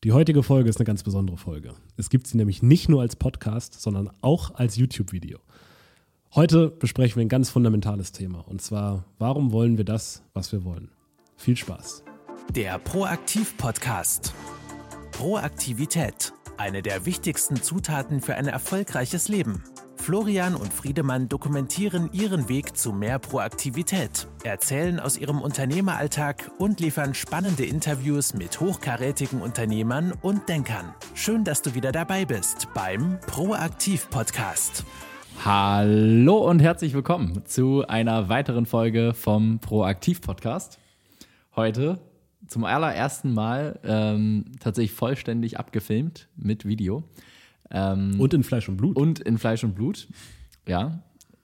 Die heutige Folge ist eine ganz besondere Folge. Es gibt sie nämlich nicht nur als Podcast, sondern auch als YouTube-Video. Heute besprechen wir ein ganz fundamentales Thema. Und zwar, warum wollen wir das, was wir wollen? Viel Spaß. Der Proaktiv-Podcast. Proaktivität. Eine der wichtigsten Zutaten für ein erfolgreiches Leben. Florian und Friedemann dokumentieren ihren Weg zu mehr Proaktivität, erzählen aus ihrem Unternehmeralltag und liefern spannende Interviews mit hochkarätigen Unternehmern und Denkern. Schön, dass du wieder dabei bist beim Proaktiv-Podcast. Hallo und herzlich willkommen zu einer weiteren Folge vom Proaktiv-Podcast. Heute zum allerersten Mal tatsächlich vollständig abgefilmt mit Video. Und in Fleisch und Blut. Und in Fleisch und Blut, ja.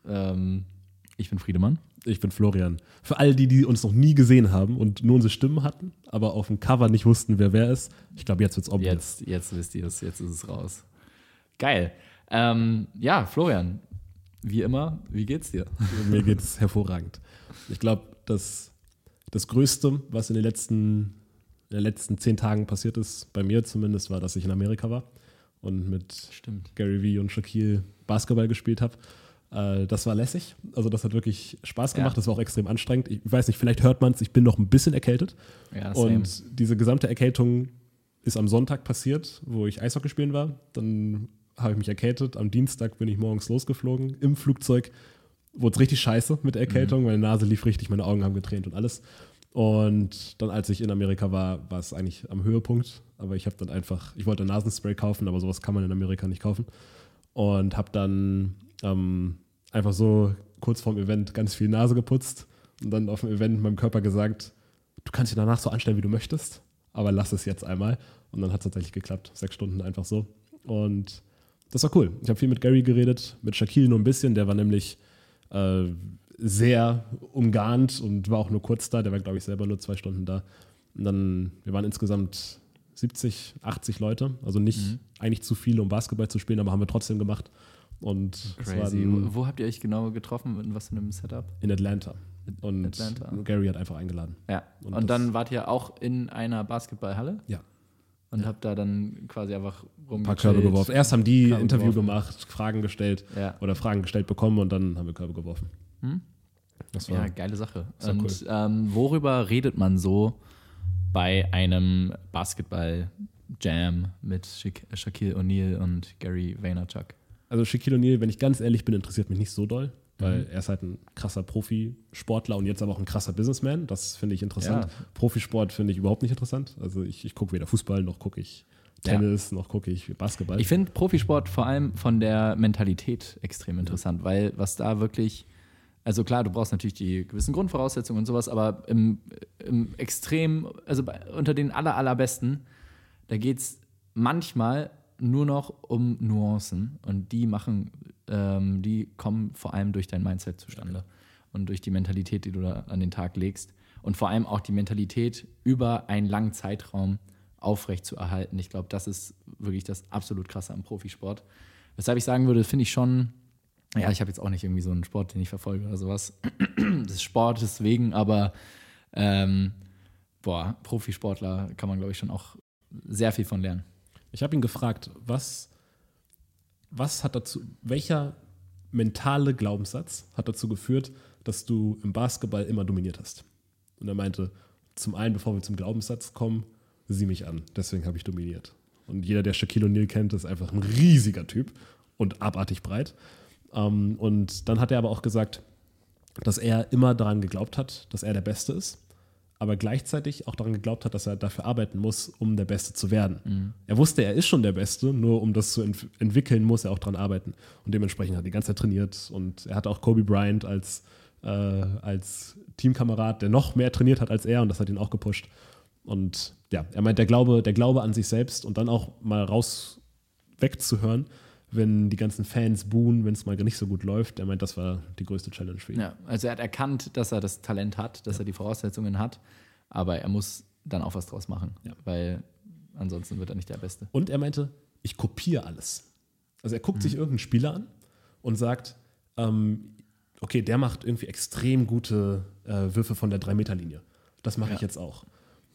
Ich bin Friedemann. Ich bin Florian. Für all die uns noch nie gesehen haben und nur unsere Stimmen hatten, aber auf dem Cover nicht wussten, wer ist, ich glaube, jetzt wird es obvious. Jetzt wisst ihr es, jetzt ist es raus. Geil. Ja, Florian, wie immer, wie geht's dir? Mir geht es hervorragend. Ich glaube, das Größte, was in den letzten 10 Tagen passiert ist, bei mir zumindest, war, dass ich in Amerika war und mit Gary Vee und Shaquille Basketball gespielt habe. Das war lässig. Also das hat wirklich Spaß gemacht. Ja. Das war auch extrem anstrengend. Ich weiß nicht, vielleicht hört man es, ich bin noch ein bisschen erkältet. Ja, und diese gesamte Erkältung ist am Sonntag passiert, wo ich Eishockey spielen war. Dann habe ich mich erkältet. Am Dienstag bin ich morgens losgeflogen. Im Flugzeug wurde es richtig scheiße mit der Erkältung. Meine Nase lief richtig, meine Augen haben getränt und alles. Und dann, als ich in Amerika war, war es eigentlich am Höhepunkt. Aber ich wollte Nasenspray kaufen, aber sowas kann man in Amerika nicht kaufen. Und habe dann einfach so kurz vorm Event ganz viel Nase geputzt und dann auf dem Event meinem Körper gesagt, du kannst dich danach so anstellen, wie du möchtest, aber lass es jetzt einmal. Und dann hat es tatsächlich geklappt, 6 Stunden einfach so. Und das war cool. Ich habe viel mit Gary geredet, mit Shaquille nur ein bisschen, der war nämlich sehr umgarnt und war auch nur kurz da. Der war, glaube ich, selber nur 2 Stunden da. Und dann, wir waren insgesamt 70, 80 Leute. Also nicht eigentlich zu viele, um Basketball zu spielen, aber haben wir trotzdem gemacht. Und crazy. Wo habt ihr euch genau getroffen? In was für einem Setup? In Atlanta. Und Gary hat einfach eingeladen. Ja. Und dann wart ihr auch in einer Basketballhalle? Ja. Und habt da dann quasi einfach ein paar Körbe geworfen. Erst haben die Interview gemacht, Fragen gestellt oder Fragen gestellt bekommen und dann haben wir Körbe geworfen. Das war geile Sache. Und cool. Worüber redet man so bei einem Basketball-Jam mit Shaquille O'Neal und Gary Vaynerchuk? Also Shaquille O'Neal, wenn ich ganz ehrlich bin, interessiert mich nicht so doll, weil er ist halt ein krasser Profisportler und jetzt aber auch ein krasser Businessman. Das finde ich interessant. Ja. Profisport finde ich überhaupt nicht interessant. Also ich gucke weder Fußball, noch gucke ich Tennis, noch gucke ich Basketball. Ich finde Profisport vor allem von der Mentalität extrem interessant, weil was da wirklich, also klar, du brauchst natürlich die gewissen Grundvoraussetzungen und sowas, aber im Extrem, also unter den allerbesten, da geht es manchmal nur noch um Nuancen und die kommen vor allem durch dein Mindset zustande und durch die Mentalität, die du da an den Tag legst und vor allem auch die Mentalität über einen langen Zeitraum aufrecht zu erhalten. Ich glaube, das ist wirklich das absolut Krasse am Profisport. Weshalb ich sagen würde, finde ich schon, ja, ich habe jetzt auch nicht irgendwie so einen Sport, den ich verfolge oder sowas, des Sportes wegen, aber Profisportler kann man, glaube ich, schon auch sehr viel von lernen. Ich habe ihn gefragt, welcher mentale Glaubenssatz hat dazu geführt, dass du im Basketball immer dominiert hast? Und er meinte, zum einen, bevor wir zum Glaubenssatz kommen, sieh mich an, deswegen habe ich dominiert. Und jeder, der Shaquille O'Neal kennt, ist einfach ein riesiger Typ und abartig breit. Und dann hat er aber auch gesagt, dass er immer daran geglaubt hat, dass er der Beste ist, aber gleichzeitig auch daran geglaubt hat, dass er dafür arbeiten muss, um der Beste zu werden. Er wusste, er ist schon der Beste, nur um das zu entwickeln, muss er auch daran arbeiten. Und dementsprechend hat er die ganze Zeit trainiert. Und er hatte auch Kobe Bryant als Teamkamerad, der noch mehr trainiert hat als er, und das hat ihn auch gepusht. Und ja, er meint, der Glaube an sich selbst und dann auch mal wegzuhören, wenn die ganzen Fans buhen, wenn es mal nicht so gut läuft. Er meint, das war die größte Challenge für ihn. Ja, also er hat erkannt, dass er das Talent hat, dass er die Voraussetzungen hat, aber er muss dann auch was draus machen, weil ansonsten wird er nicht der Beste. Und er meinte, ich kopiere alles. Also er guckt sich irgendeinen Spieler an und sagt, okay, der macht irgendwie extrem gute Würfe von der 3-Meter-Linie. Das mache ich jetzt auch.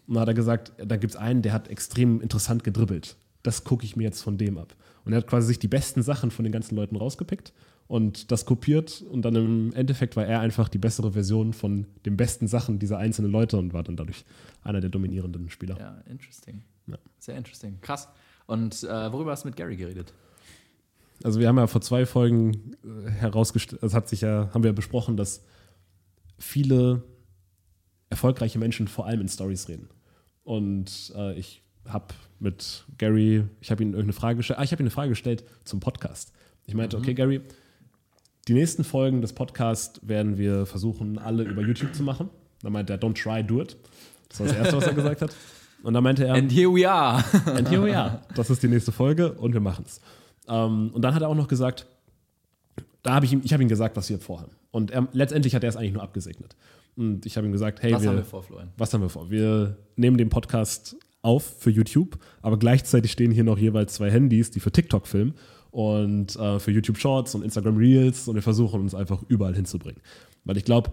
Und dann hat er gesagt, da gibt es einen, der hat extrem interessant gedribbelt. Das gucke ich mir jetzt von dem ab. Und er hat quasi sich die besten Sachen von den ganzen Leuten rausgepickt und das kopiert und dann im Endeffekt war er einfach die bessere Version von den besten Sachen dieser einzelnen Leute und war dann dadurch einer der dominierenden Spieler. Ja, interesting. Ja. Sehr interesting. Krass. Und worüber hast du mit Gary geredet? Also wir haben ja vor 2 Folgen herausgestellt, haben wir besprochen, dass viele erfolgreiche Menschen vor allem in Stories reden. Und ich habe mit Gary, ich habe ihm eine Frage gestellt zum Podcast. Ich meinte, okay Gary, die nächsten Folgen des Podcasts werden wir versuchen, alle über YouTube zu machen. Da meinte er, don't try, do it. Das war das Erste, was er gesagt hat. Und da meinte er, and here we are. And here we are. Das ist die nächste Folge und wir machen es. Und dann hat er auch noch gesagt, ich habe ihm gesagt, was wir vorhaben. Und letztendlich hat er es eigentlich nur abgesegnet. Und ich habe ihm gesagt, hey, was haben wir vor, Florian? Was haben wir vor? Wir nehmen den Podcast auf für YouTube, aber gleichzeitig stehen hier noch jeweils 2 Handys, die für TikTok filmen und für YouTube Shorts und Instagram Reels und wir versuchen uns einfach überall hinzubringen. Weil ich glaube,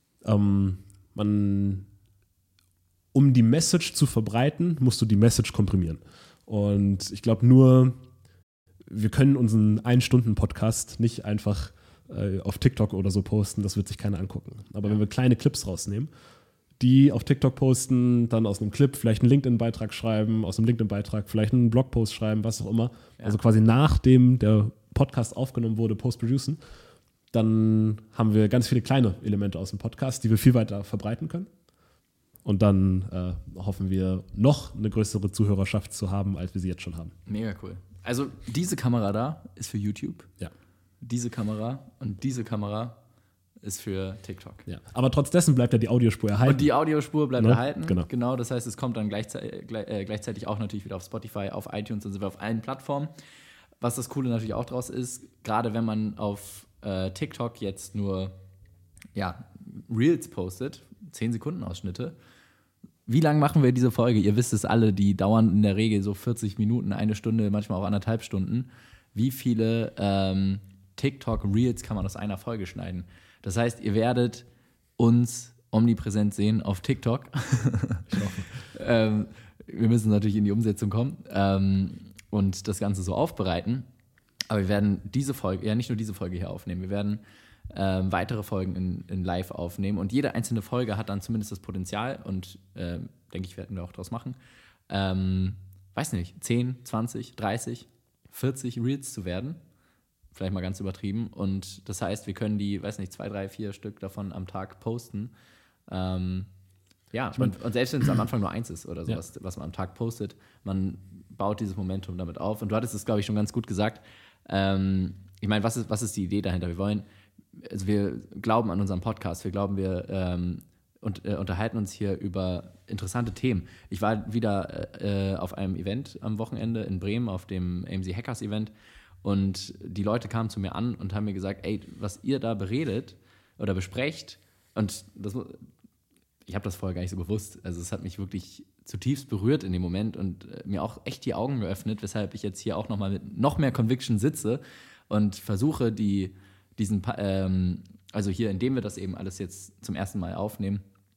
um die Message zu verbreiten, musst du die Message komprimieren. Und ich glaube wir können unseren 1-Stunden-Podcast nicht einfach auf TikTok oder so posten, das wird sich keiner angucken. Aber wenn wir kleine Clips rausnehmen, die auf TikTok posten, dann aus einem Clip vielleicht einen LinkedIn-Beitrag schreiben, aus einem LinkedIn-Beitrag vielleicht einen Blogpost schreiben, was auch immer, also quasi nachdem der Podcast aufgenommen wurde, post-producen, dann haben wir ganz viele kleine Elemente aus dem Podcast, die wir viel weiter verbreiten können. Und dann hoffen wir, noch eine größere Zuhörerschaft zu haben, als wir sie jetzt schon haben. Mega cool. Also diese Kamera da ist für YouTube. Ja. Diese Kamera und diese Kamera ist für TikTok. Ja. Aber trotz dessen bleibt ja die Audiospur erhalten. Und die Audiospur bleibt erhalten. Genau. Das heißt, es kommt dann gleichzeitig auch natürlich wieder auf Spotify, auf iTunes, dann sind wir auf allen Plattformen. Was das Coole natürlich auch draus ist, gerade wenn man auf TikTok jetzt nur Reels postet, 10-Sekunden-Ausschnitte. Wie lang machen wir diese Folge? Ihr wisst es alle, die dauern in der Regel so 40 Minuten, 1 Stunde, manchmal auch 1,5 Stunden. Wie viele TikTok-Reels kann man aus einer Folge schneiden? Das heißt, ihr werdet uns omnipräsent sehen auf TikTok. Ich hoffe. Wir müssen natürlich in die Umsetzung kommen und das Ganze so aufbereiten. Aber wir werden diese Folge, nicht nur diese Folge hier aufnehmen, wir werden weitere Folgen in Live aufnehmen. Und jede einzelne Folge hat dann zumindest das Potenzial und denke ich, werden wir auch draus machen, weiß nicht, 10, 20, 30, 40 Reels zu werden. Vielleicht mal ganz übertrieben. Und das heißt, wir können die, 2, 3, 4 Stück davon am Tag posten. Und selbst wenn es am Anfang nur 1 ist oder sowas, was man am Tag postet, man baut dieses Momentum damit auf. Und du hattest es, glaube ich, schon ganz gut gesagt. Ich meine, was ist die Idee dahinter? Wir glauben an unseren Podcast. Wir glauben, wir unterhalten uns hier über interessante Themen. Ich war wieder auf einem Event am Wochenende in Bremen, auf dem AMZ Hackers Event. Und die Leute kamen zu mir an und haben mir gesagt, ey, was ihr da beredet oder besprecht, und ich habe das vorher gar nicht so gewusst, also es hat mich wirklich zutiefst berührt in dem Moment und mir auch echt die Augen geöffnet, weshalb ich jetzt hier auch nochmal mit noch mehr Conviction sitze und versuche, also hier, indem wir das eben alles jetzt zum ersten Mal aufnehmen,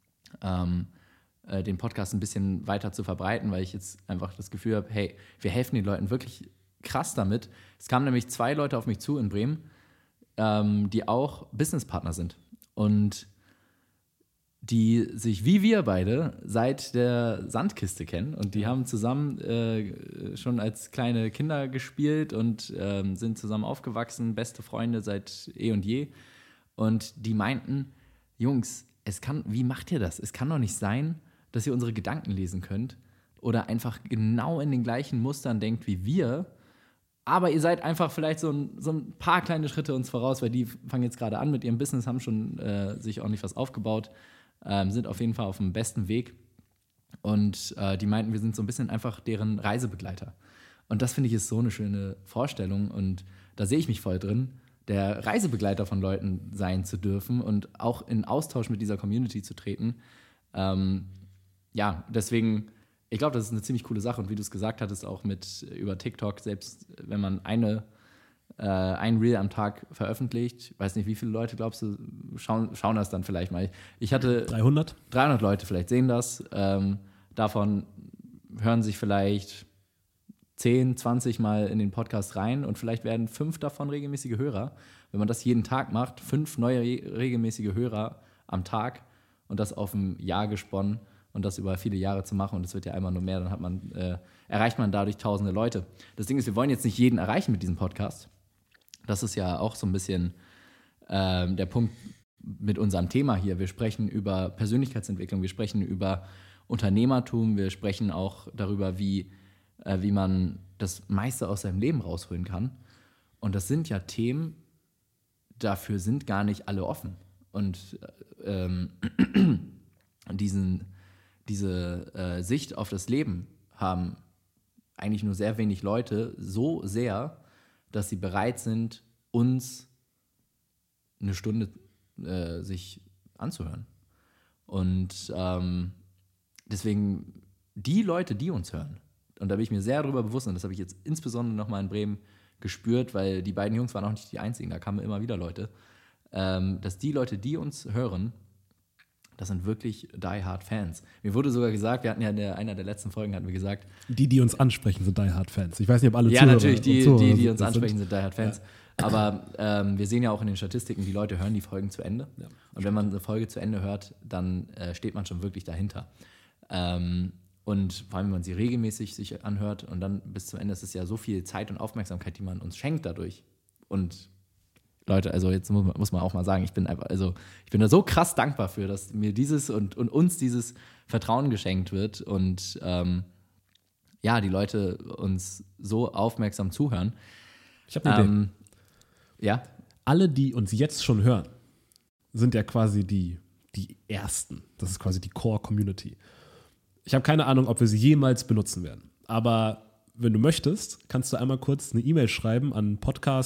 den Podcast ein bisschen weiter zu verbreiten, weil ich jetzt einfach das Gefühl habe, hey, wir helfen den Leuten wirklich krass damit. Es kamen nämlich 2 Leute auf mich zu in Bremen, die auch Businesspartner sind und die sich wie wir beide seit der Sandkiste kennen und die haben zusammen schon als kleine Kinder gespielt und sind zusammen aufgewachsen, beste Freunde seit eh und je. Und die meinten, Jungs, wie macht ihr das? Es kann doch nicht sein, dass ihr unsere Gedanken lesen könnt oder einfach genau in den gleichen Mustern denkt wie wir, aber ihr seid einfach vielleicht so ein paar kleine Schritte uns voraus, weil die fangen jetzt gerade an mit ihrem Business, haben schon sich ordentlich was aufgebaut, sind auf jeden Fall auf dem besten Weg. Und die meinten, wir sind so ein bisschen einfach deren Reisebegleiter. Und das finde ich ist so eine schöne Vorstellung. Und da sehe ich mich voll drin, der Reisebegleiter von Leuten sein zu dürfen und auch in Austausch mit dieser Community zu treten. Deswegen, ich glaube, das ist eine ziemlich coole Sache. Und wie du es gesagt hattest, auch über TikTok, selbst wenn man ein Reel am Tag veröffentlicht. Ich weiß nicht, wie viele Leute, glaubst du, schauen das dann vielleicht mal. Ich hatte 300? 300 Leute vielleicht sehen das. Davon hören sich vielleicht 10, 20 Mal in den Podcast rein und vielleicht werden 5 davon regelmäßige Hörer. Wenn man das jeden Tag macht, 5 neue regelmäßige Hörer am Tag und das auf ein Jahr gesponnen und das über viele Jahre zu machen und es wird ja einmal nur mehr, dann erreicht man dadurch tausende Leute. Das Ding ist, wir wollen jetzt nicht jeden erreichen mit diesem Podcast. Das ist ja auch so ein bisschen der Punkt mit unserem Thema hier. Wir sprechen über Persönlichkeitsentwicklung, wir sprechen über Unternehmertum, wir sprechen auch darüber, wie man das meiste aus seinem Leben rausholen kann. Und das sind ja Themen, dafür sind gar nicht alle offen. Und diese Sicht auf das Leben haben eigentlich nur sehr wenig Leute so sehr, dass sie bereit sind, uns eine Stunde sich anzuhören. Und deswegen die Leute, die uns hören, und da bin ich mir sehr darüber bewusst, und das habe ich jetzt insbesondere nochmal in Bremen gespürt, weil die beiden Jungs waren auch nicht die einzigen, da kamen immer wieder Leute, dass die Leute, die uns hören, das sind wirklich die-hard-Fans. Mir wurde sogar gesagt, wir hatten ja in einer der letzten Folgen, hatten wir gesagt, die uns ansprechen, sind die-hard-Fans. Ich weiß nicht, ob alle ja, Zuhörer natürlich, die uns das ansprechen, sind sind die-hard-Fans. Ja. Aber wir sehen ja auch in den Statistiken, die Leute hören die Folgen zu Ende. Ja. Und wenn man eine Folge zu Ende hört, dann steht man schon wirklich dahinter. Und vor allem, wenn man sie regelmäßig sich anhört und dann bis zum Ende, ist es ja so viel Zeit und Aufmerksamkeit, die man uns schenkt dadurch. Und Leute, also jetzt muss man auch mal sagen, ich bin da so krass dankbar für, dass mir dieses und uns dieses Vertrauen geschenkt wird und die Leute uns so aufmerksam zuhören. Ich habe eine Idee. Ja? Alle, die uns jetzt schon hören, sind ja quasi die Ersten. Das ist quasi die Core-Community. Ich habe keine Ahnung, ob wir sie jemals benutzen werden. Aber wenn du möchtest, kannst du einmal kurz eine E-Mail schreiben an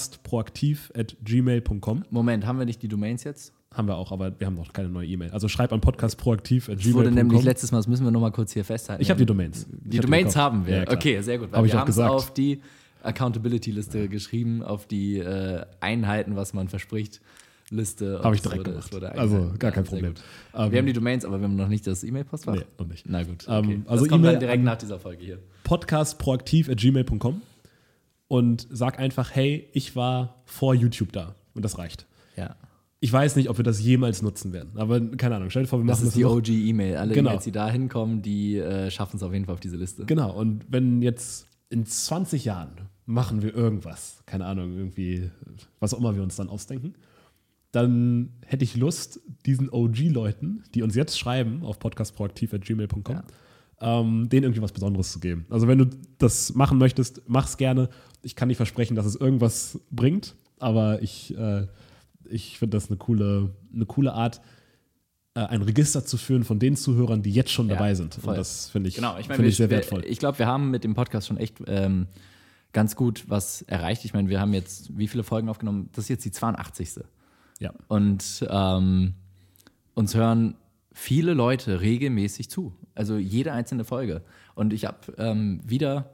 podcastproaktiv@gmail.com. Moment, haben wir nicht die Domains jetzt? Haben wir auch, aber wir haben noch keine neue E-Mail. Also schreib an podcastproaktiv@gmail.com. Das wurde nämlich letztes Mal, das müssen wir nochmal kurz hier festhalten. Ich habe die Domains. Die Domains haben wir. Ja, okay, sehr gut. Habe ich auch gesagt. Wir haben gesagt. auf die Accountability-Liste geschrieben, auf die Einheiten, was man verspricht, Liste. Habe ich direkt gemacht. Also gar kein Problem. Wir haben die Domains, aber wir haben noch nicht das E-Mail-Postfach. Nee, noch nicht. Na gut, okay. Also das kommt E-Mail dann direkt nach dieser Folge hier. podcastproaktiv@gmail.com und sag einfach, hey, ich war vor YouTube da. Und das reicht. Ja. Ich weiß nicht, ob wir das jemals nutzen werden. Aber keine Ahnung, stell dir vor, wir machen das. Das ist die OG-E-Mail. Alle genau. E-Mails, die da hinkommen, die schaffen es auf jeden Fall auf diese Liste. Genau. Und wenn jetzt in 20 Jahren machen wir irgendwas, keine Ahnung, irgendwie, was auch immer wir uns dann ausdenken, dann hätte ich Lust, diesen OG-Leuten, die uns jetzt schreiben auf podcastproaktiv@gmail.com, denen irgendwie was Besonderes zu geben. Also wenn du das machen möchtest, mach's gerne. Ich kann nicht versprechen, dass es irgendwas bringt, aber ich finde das eine coole Art, ein Register zu führen von den Zuhörern, die jetzt schon dabei sind. Voll. Und das finde ich, find ich sehr wertvoll. Ich glaube, wir haben mit dem Podcast schon echt ganz gut was erreicht. Ich meine, wir haben jetzt wie viele Folgen aufgenommen? Das ist jetzt die 82. Ja. Und uns hören viele Leute regelmäßig zu. Also jede einzelne Folge. Und ich habe wieder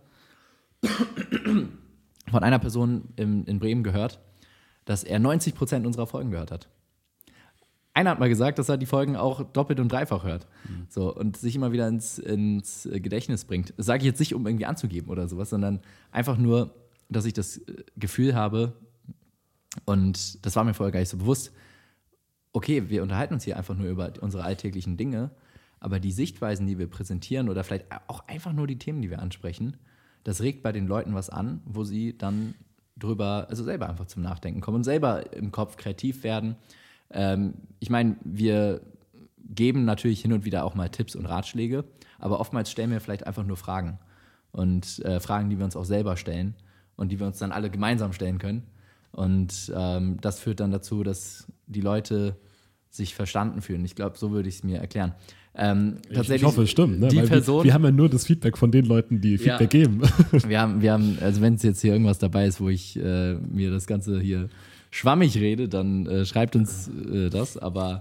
von einer Person in Bremen gehört, dass er 90% unserer Folgen gehört hat. Einer hat mal gesagt, dass er die Folgen auch doppelt und dreifach hört. So, und sich immer wieder ins Gedächtnis bringt. Das sage ich jetzt nicht, um irgendwie anzugeben oder sowas, sondern einfach nur, dass ich das Gefühl habe, und das war mir vorher gar nicht so bewusst, okay, wir unterhalten uns hier einfach nur über unsere alltäglichen Dinge, aber die Sichtweisen, die wir präsentieren oder vielleicht auch einfach nur die Themen, die wir ansprechen, das regt bei den Leuten was an, wo sie dann drüber, also selber einfach zum Nachdenken kommen und selber im Kopf kreativ werden. Ich meine, wir geben natürlich hin und wieder auch mal Tipps und Ratschläge, aber oftmals stellen wir vielleicht einfach nur Fragen und Fragen, die wir uns auch selber stellen und die wir uns dann alle gemeinsam stellen können. Und das führt dann dazu, dass die Leute sich verstanden fühlen. Ich glaube, so würde ich es mir erklären. Ich hoffe, es stimmt. Ne? Wir haben ja nur das Feedback von den Leuten, die Feedback geben. Wir haben, also wenn es jetzt hier irgendwas dabei ist, wo ich mir das Ganze hier schwammig rede, dann schreibt uns das. Aber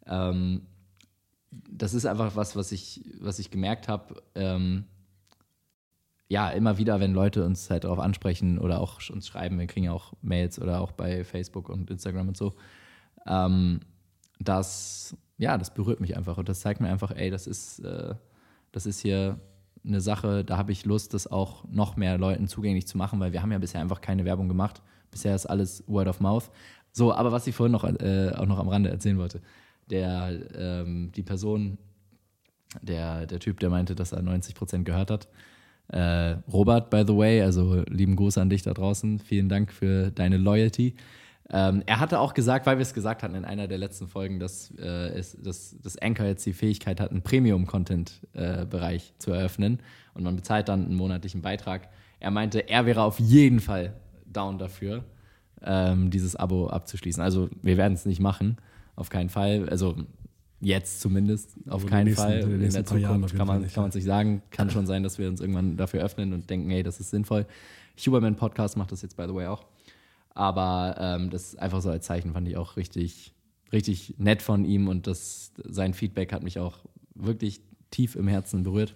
das ist einfach was ich gemerkt habe. Immer wieder, wenn Leute uns halt darauf ansprechen oder auch uns schreiben, wir kriegen ja auch Mails oder auch bei Facebook und Instagram und so, das berührt mich einfach und das zeigt mir einfach, ey, das ist das ist hier eine Sache, da habe ich Lust, das auch noch mehr Leuten zugänglich zu machen, weil wir haben ja bisher einfach keine Werbung gemacht. Bisher ist alles Word of Mouth. So, aber was ich vorhin noch, auch noch am Rande erzählen wollte, die Person, der Typ, der meinte, dass er 90% gehört hat, Robert, by the way, also lieben Gruß an dich da draußen, vielen Dank für deine Loyalty. Er hatte auch gesagt, weil wir es gesagt hatten in einer der letzten Folgen, dass Anchor jetzt die Fähigkeit hat, einen Premium-Content-Bereich zu eröffnen und man bezahlt dann einen monatlichen Beitrag. Er meinte, er wäre auf jeden Fall down dafür, dieses Abo abzuschließen. Also wir werden es nicht machen, auf keinen Fall. Also jetzt zumindest, auf keinen Fall. In der Zukunft kann man sich sagen, kann schon sein, dass wir uns irgendwann dafür öffnen und denken, hey, das ist sinnvoll. Huberman Podcast macht das jetzt, by the way, auch. Aber das einfach so als Zeichen fand ich auch richtig, richtig nett von ihm und sein Feedback hat mich auch wirklich tief im Herzen berührt.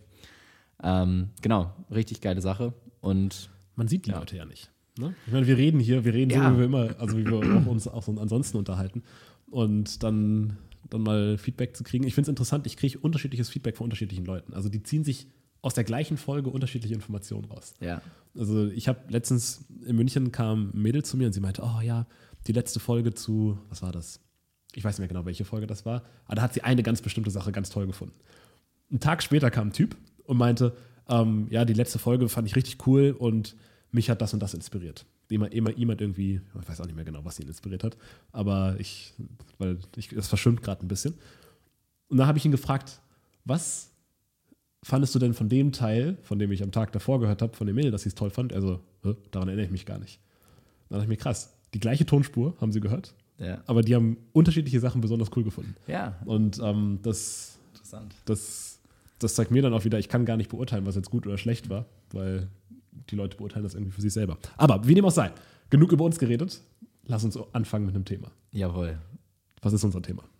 Genau, richtig geile Sache. Und man sieht die Leute ja nicht. Ne? Ich meine, wir reden so, wie wir immer, also wie wir auch uns auch so ansonsten unterhalten. Und dann mal Feedback zu kriegen. Ich finde es interessant, ich kriege unterschiedliches Feedback von unterschiedlichen Leuten. Also die ziehen sich aus der gleichen Folge unterschiedliche Informationen raus. Ja. Also ich habe letztens in München kam ein Mädel zu mir und sie meinte, oh ja, die letzte Folge zu, was war das? Ich weiß nicht mehr genau, welche Folge das war, aber da hat sie eine ganz bestimmte Sache ganz toll gefunden. Einen Tag später kam ein Typ und meinte, ja, die letzte Folge fand ich richtig cool und mich hat das und das inspiriert. Jemand irgendwie, ich weiß auch nicht mehr genau, was ihn inspiriert hat, aber das verschwimmt gerade ein bisschen. Und dann habe ich ihn gefragt, was fandest du denn von dem Teil, von dem ich am Tag davor gehört habe, von dem Mädel, dass sie es toll fand? Also, daran erinnere ich mich gar nicht. Dann dachte ich mir, krass, die gleiche Tonspur haben sie gehört, aber die haben unterschiedliche Sachen besonders cool gefunden. Ja. Und Interessant. Das zeigt mir dann auch wieder, ich kann gar nicht beurteilen, was jetzt gut oder schlecht war, weil die Leute beurteilen das irgendwie für sich selber. Aber wie dem auch sei, genug über uns geredet. Lass uns anfangen mit einem Thema. Jawohl. Was ist unser Thema?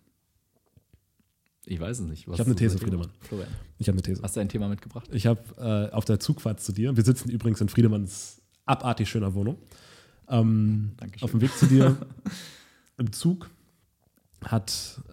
Ich weiß es nicht. Ich habe eine These, Friedemann. Ich habe eine These. Hast du ein Thema mitgebracht? Ich habe auf der Zugfahrt zu dir, wir sitzen übrigens in Friedemanns abartig schöner Wohnung, auf dem Weg zu dir im Zug habe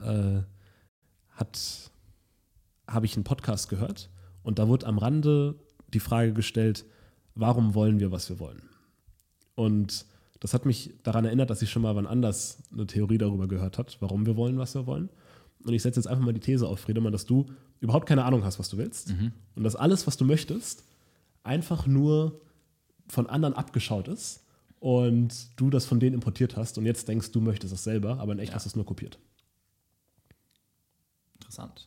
ich einen Podcast gehört und da wurde am Rande die Frage gestellt, warum wollen wir, was wir wollen? Und das hat mich daran erinnert, dass ich schon mal wann anders eine Theorie darüber gehört habe, warum wir wollen, was wir wollen. Und ich setze jetzt einfach mal die These auf, Friedemann, dass du überhaupt keine Ahnung hast, was du willst. Und dass alles, was du möchtest, einfach nur von anderen abgeschaut ist und du das von denen importiert hast und jetzt denkst, du möchtest es selber, aber in echt hast du es nur kopiert. Interessant.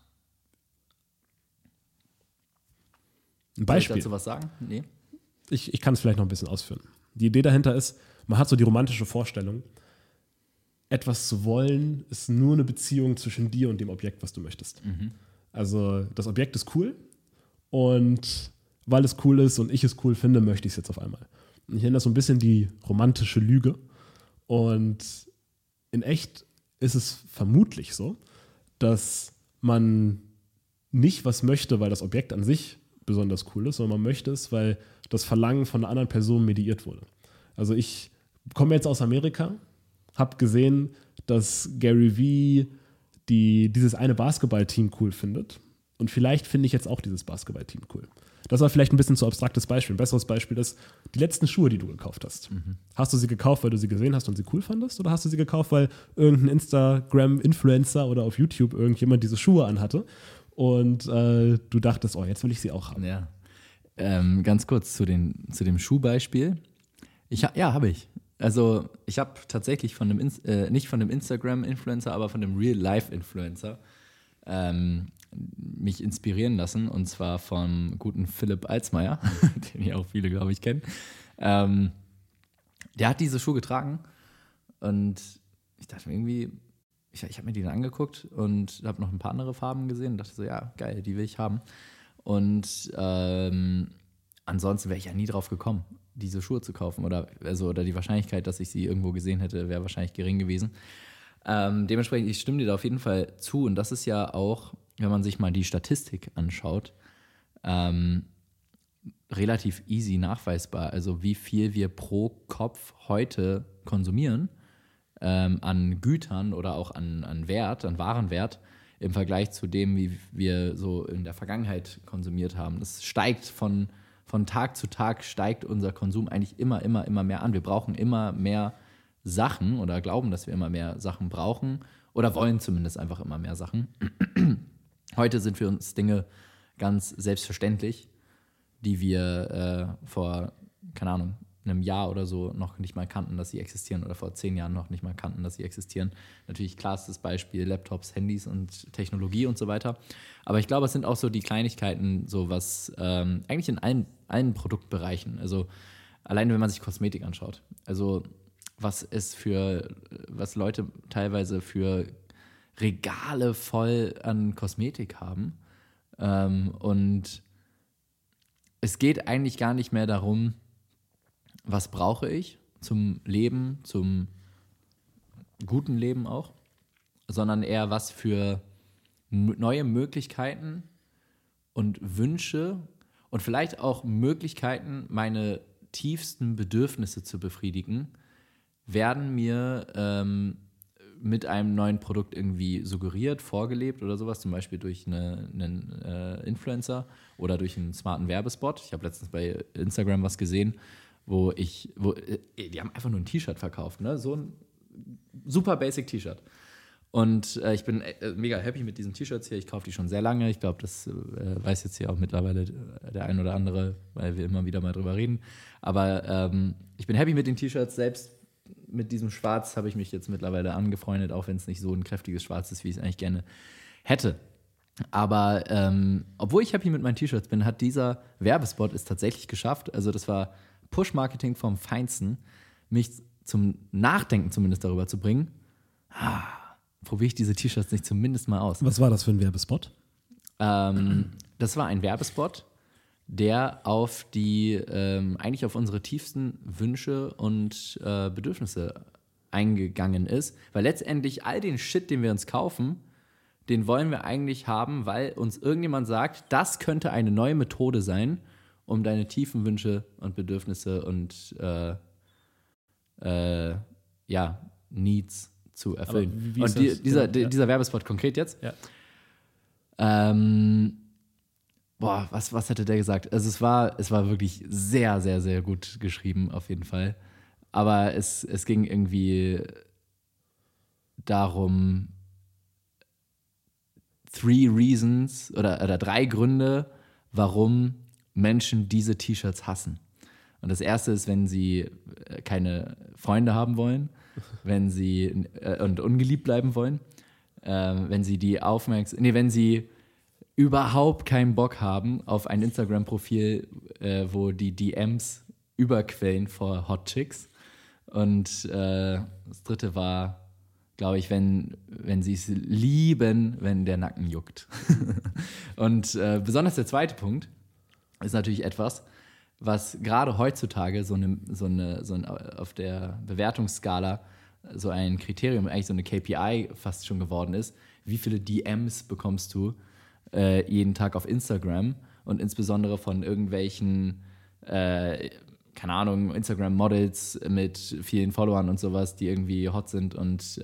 Ein Beispiel. Soll ich dazu was sagen? Nee. Ich kann es vielleicht noch ein bisschen ausführen. Die Idee dahinter ist, man hat so die romantische Vorstellung, etwas zu wollen, ist nur eine Beziehung zwischen dir und dem Objekt, was du möchtest. Also das Objekt ist cool und weil es cool ist und ich es cool finde, möchte ich es jetzt auf einmal. Und ich nenne das so ein bisschen die romantische Lüge. Und in echt ist es vermutlich so, dass man nicht was möchte, weil das Objekt an sich besonders cool ist, sondern man möchte es, weil das Verlangen von einer anderen Person mediiert wurde. Also ich komme jetzt aus Amerika, habe gesehen, dass Gary Vee dieses eine Basketballteam cool findet und vielleicht finde ich jetzt auch dieses Basketballteam cool. Das war vielleicht ein bisschen zu abstraktes Beispiel. Ein besseres Beispiel ist die letzten Schuhe, die du gekauft hast. Hast du sie gekauft, weil du sie gesehen hast und sie cool fandest oder hast du sie gekauft, weil irgendein Instagram-Influencer oder auf YouTube irgendjemand diese Schuhe anhatte und du dachtest, oh, jetzt will ich sie auch haben. Ja. Ganz kurz zu dem Schuhbeispiel. Habe ich. Also ich habe tatsächlich nicht von dem Instagram-Influencer, aber von dem Real-Life-Influencer mich inspirieren lassen, und zwar vom guten Philipp Alsmeier, den ja auch viele, glaube ich, kennen. Der hat diese Schuhe getragen und ich dachte mir irgendwie, ich habe mir die dann angeguckt und habe noch ein paar andere Farben gesehen und dachte so, ja, geil, die will ich haben. Und ansonsten wäre ich ja nie drauf gekommen, diese Schuhe zu kaufen oder die Wahrscheinlichkeit, dass ich sie irgendwo gesehen hätte, wäre wahrscheinlich gering gewesen. Dementsprechend, ich stimme dir da auf jeden Fall zu und das ist ja auch, wenn man sich mal die Statistik anschaut, relativ easy nachweisbar. Also wie viel wir pro Kopf heute konsumieren an Gütern oder auch an Wert, an Warenwert im Vergleich zu dem, wie wir so in der Vergangenheit konsumiert haben. Das steigt von Tag zu Tag, steigt unser Konsum eigentlich immer mehr an. Wir brauchen immer mehr Sachen oder glauben, dass wir immer mehr Sachen brauchen oder wollen zumindest einfach immer mehr Sachen. Heute sind für uns Dinge ganz selbstverständlich, die wir vor, keine Ahnung, einem Jahr oder so noch nicht mal kannten, dass sie existieren oder vor 10 Jahren noch nicht mal kannten, dass sie existieren. Natürlich klarstes Beispiel Laptops, Handys und Technologie und so weiter. Aber ich glaube, es sind auch so die Kleinigkeiten, so was eigentlich in allen Produktbereichen. Also alleine, wenn man sich Kosmetik anschaut. Also was Leute teilweise für Regale voll an Kosmetik haben. Und es geht eigentlich gar nicht mehr darum, was brauche ich zum Leben, zum guten Leben auch, sondern eher was für neue Möglichkeiten und Wünsche und vielleicht auch Möglichkeiten, meine tiefsten Bedürfnisse zu befriedigen, werden mir mit einem neuen Produkt irgendwie suggeriert, vorgelebt oder sowas, zum Beispiel durch einen Influencer oder durch einen smarten Werbespot. Ich habe letztens bei Instagram was gesehen, wo die haben einfach nur ein T-Shirt verkauft, ne? So ein super basic T-Shirt. Und ich bin mega happy mit diesen T-Shirts hier. Ich kaufe die schon sehr lange. Ich glaube, das weiß jetzt hier auch mittlerweile der ein oder andere, weil wir immer wieder mal drüber reden. Aber ich bin happy mit den T-Shirts. Selbst mit diesem Schwarz habe ich mich jetzt mittlerweile angefreundet, auch wenn es nicht so ein kräftiges Schwarz ist, wie ich es eigentlich gerne hätte. Aber obwohl ich happy mit meinen T-Shirts bin, hat dieser Werbespot es tatsächlich geschafft. Also das war Push-Marketing vom Feinsten, mich zum Nachdenken zumindest darüber zu bringen. Probiere ich diese T-Shirts nicht zumindest mal aus. Was war das für ein Werbespot? Das war ein Werbespot, der auf eigentlich auf unsere tiefsten Wünsche und Bedürfnisse eingegangen ist. Weil letztendlich all den Shit, den wir uns kaufen, den wollen wir eigentlich haben, weil uns irgendjemand sagt, das könnte eine neue Methode sein, um deine tiefen Wünsche und Bedürfnisse und Needs zu erfüllen. Und dieser Werbespot konkret jetzt? Ja. Was hätte der gesagt? Also es war wirklich sehr, sehr, sehr gut geschrieben, auf jeden Fall. Aber es ging irgendwie darum, 3 Gründe, warum Menschen diese T-Shirts hassen. Und das erste ist, wenn sie keine Freunde haben wollen, wenn sie und ungeliebt bleiben wollen, wenn sie überhaupt keinen Bock haben auf ein Instagram-Profil, wo die DMs überquellen vor Hot Chicks. Und das dritte war, glaube ich, wenn sie es lieben, wenn der Nacken juckt. Und besonders der zweite Punkt ist natürlich etwas, was gerade heutzutage auf der Bewertungsskala so ein Kriterium, eigentlich so eine KPI fast schon geworden ist. Wie viele DMs bekommst du jeden Tag auf Instagram und insbesondere von irgendwelchen, keine Ahnung, Instagram-Models mit vielen Followern und sowas, die irgendwie hot sind und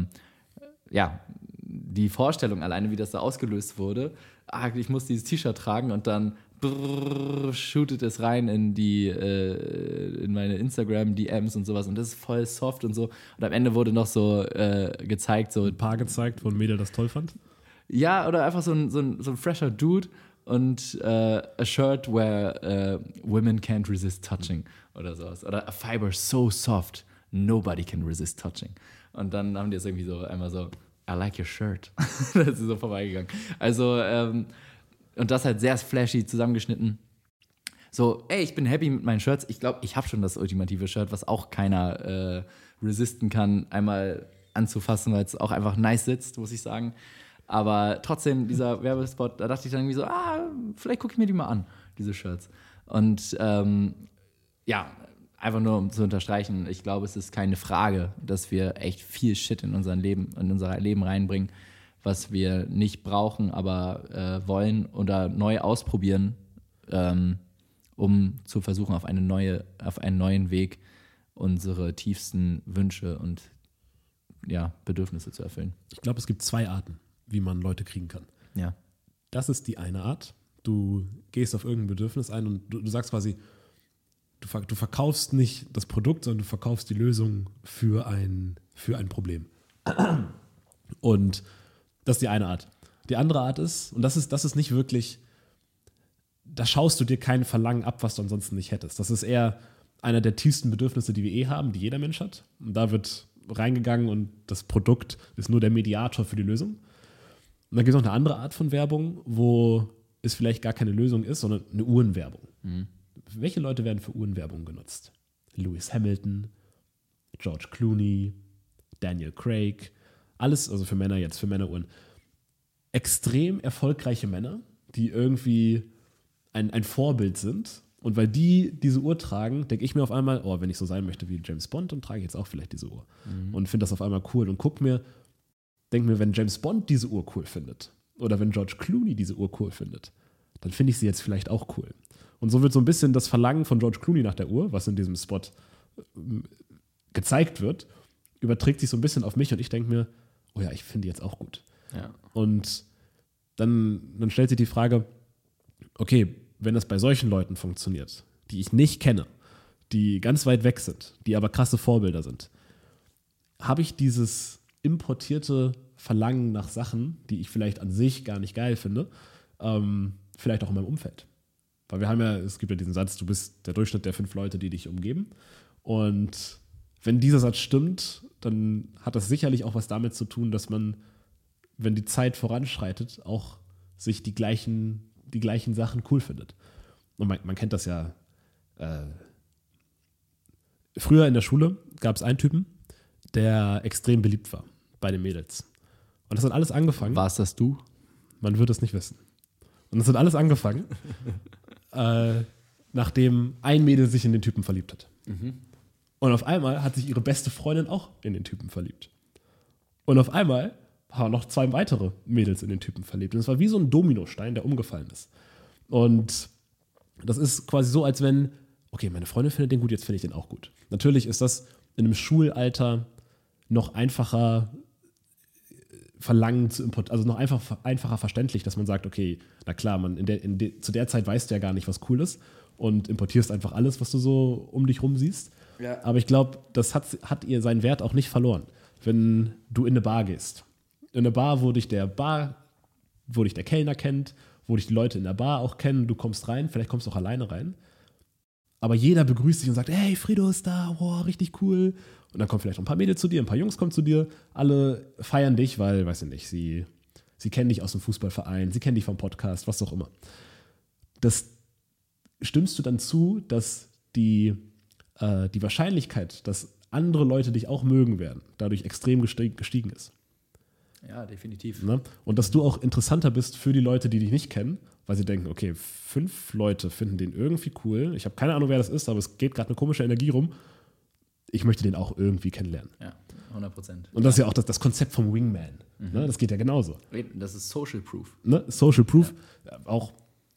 die Vorstellung alleine, wie das da ausgelöst wurde, ich muss dieses T-Shirt tragen und dann shootet es rein in meine Instagram-DMs und sowas und das ist voll soft und so. Und am Ende wurde noch so gezeigt, so ein Paar gezeigt, wo ein Mädel das toll fand. Ja, oder einfach so ein fresher Dude und a shirt where women can't resist touching oder sowas. Oder a fiber so soft, nobody can resist touching. Und dann haben die es irgendwie so einmal so, I like your shirt. Das ist so vorbeigegangen. Also, und das halt sehr flashy zusammengeschnitten. So, ich bin happy mit meinen Shirts. Ich glaube, ich habe schon das ultimative Shirt, was auch keiner resisten kann, einmal anzufassen, weil es auch einfach nice sitzt, muss ich sagen. Aber trotzdem, dieser Werbespot, da dachte ich dann irgendwie so, vielleicht gucke ich mir die mal an, diese Shirts. Und einfach nur um zu unterstreichen, ich glaube, es ist keine Frage, dass wir echt viel Shit in unser Leben reinbringen, was wir nicht brauchen, aber wollen oder neu ausprobieren, um zu versuchen, auf einen neuen Weg unsere tiefsten Wünsche und Bedürfnisse zu erfüllen. Ich glaube, es gibt 2 Arten wie man Leute kriegen kann. Ja. Das ist die eine Art. Du gehst auf irgendein Bedürfnis ein und du sagst quasi, du verkaufst nicht das Produkt, sondern du verkaufst die Lösung für ein Problem. Und das ist die eine Art. Die andere Art ist, und das ist nicht wirklich, da schaust du dir kein Verlangen ab, was du ansonsten nicht hättest. Das ist eher einer der tiefsten Bedürfnisse, die wir haben, die jeder Mensch hat. Und da wird reingegangen und das Produkt ist nur der Mediator für die Lösung. Und dann gibt es noch eine andere Art von Werbung, wo es vielleicht gar keine Lösung ist, sondern eine Uhrenwerbung. Mhm. Welche Leute werden für Uhrenwerbung genutzt? Lewis Hamilton, George Clooney, Daniel Craig, alles, also für Männer jetzt, für Männeruhren. Extrem erfolgreiche Männer, die irgendwie ein Vorbild sind. Und weil die diese Uhr tragen, denke ich mir auf einmal, oh, wenn ich so sein möchte wie James Bond, dann trage ich jetzt auch vielleicht diese Uhr. Mhm. Und finde das auf einmal cool und denke mir, wenn James Bond diese Uhr cool findet oder wenn George Clooney diese Uhr cool findet, dann finde ich sie jetzt vielleicht auch cool. Und so wird so ein bisschen das Verlangen von George Clooney nach der Uhr, was in diesem Spot gezeigt wird, überträgt sich so ein bisschen auf mich und ich denke mir, oh ja, ich finde die jetzt auch gut. Ja. Und dann stellt sich die Frage, okay, wenn das bei solchen Leuten funktioniert, die ich nicht kenne, die ganz weit weg sind, die aber krasse Vorbilder sind, habe ich dieses importierte Verlangen nach Sachen, die ich vielleicht an sich gar nicht geil finde, vielleicht auch in meinem Umfeld. Weil es gibt ja diesen Satz, du bist der Durchschnitt der 5 Leute, die dich umgeben. Und wenn dieser Satz stimmt, dann hat das sicherlich auch was damit zu tun, dass man, wenn die Zeit voranschreitet, auch sich die gleichen Sachen cool findet. Und man kennt das ja. Früher in der Schule gab es einen Typen, der extrem beliebt war bei den Mädels. Und das hat alles angefangen. War es das du? Man wird es nicht wissen. Und das hat alles angefangen, nachdem ein Mädel sich in den Typen verliebt hat. Mhm. Und auf einmal hat sich ihre beste Freundin auch in den Typen verliebt. Und auf einmal haben noch 2 weitere Mädels in den Typen verliebt. Und es war wie so ein Dominostein, der umgefallen ist. Und das ist quasi so, als wenn, okay, meine Freundin findet den gut, jetzt finde ich den auch gut. Natürlich ist das in einem Schulalter noch einfacher Verlangen zu importieren, also noch einfacher verständlich, dass man sagt, okay, na klar, zu der Zeit weißt du ja gar nicht, was cool ist und importierst einfach alles, was du so um dich rum siehst. Ja. Aber ich glaube, das hat ihr seinen Wert auch nicht verloren. Wenn du in eine Bar gehst, in eine Bar, wo dich der Kellner kennt, wo dich die Leute in der Bar auch kennen, du kommst rein, vielleicht kommst du auch alleine rein, aber jeder begrüßt dich und sagt, hey, Frido ist da, wow, richtig cool. Und dann kommen vielleicht noch ein paar Mädels zu dir, ein paar Jungs kommen zu dir, alle feiern dich, weil, weiß ich nicht, sie kennen dich aus dem Fußballverein, sie kennen dich vom Podcast, was auch immer. Das stimmst du dann zu, dass die Wahrscheinlichkeit, dass andere Leute dich auch mögen werden, dadurch extrem gestiegen ist. Ja, definitiv. Ne? Und dass du auch interessanter bist für die Leute, die dich nicht kennen, weil sie denken, okay, 5 Leute finden den irgendwie cool. Ich habe keine Ahnung, wer das ist, aber es geht gerade eine komische Energie rum. Ich möchte den auch irgendwie kennenlernen. Ja, 100%. Und das ist ja auch das Konzept vom Wingman. Mhm. Ne? Das geht ja genauso. Das ist Social Proof. Ne? Social Proof. Ja. Auch